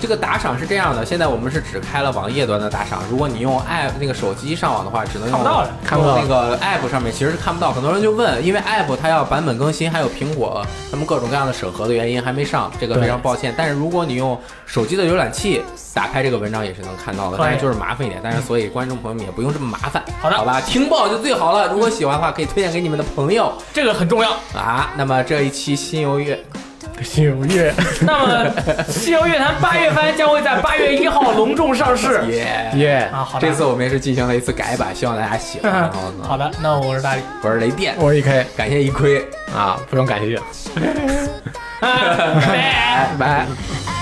这个打赏是这样的，现在我们是只开了网页端的打赏，如果你用 app 那个手机上网的话，只能用看不到了， 看不到那个 app 上面其实是看不到。很多人就问，因为 app 它要版本更新，还有苹果他们各种各样的审核的原因还没上，这个非常抱歉。但是如果你用手机的浏览器打开这个文章也是能看到的，但是就是麻烦一点。但是所以观众朋友们也不用这么麻烦， 好的， 好吧？听报就最好了。如果喜欢的话，可以推荐给你们的朋友， 这个很重要啊。那么这一期新游乐。 新游乐， 那么西游乐坛八月番将会在八月一号隆重上市。 耶耶啊，好的。 这次我们也是进行了一次改版，希望大家喜欢。 好的，那我是大力， 我是雷电， 我是 E K， 感谢一亏啊，不用感谢。 拜拜。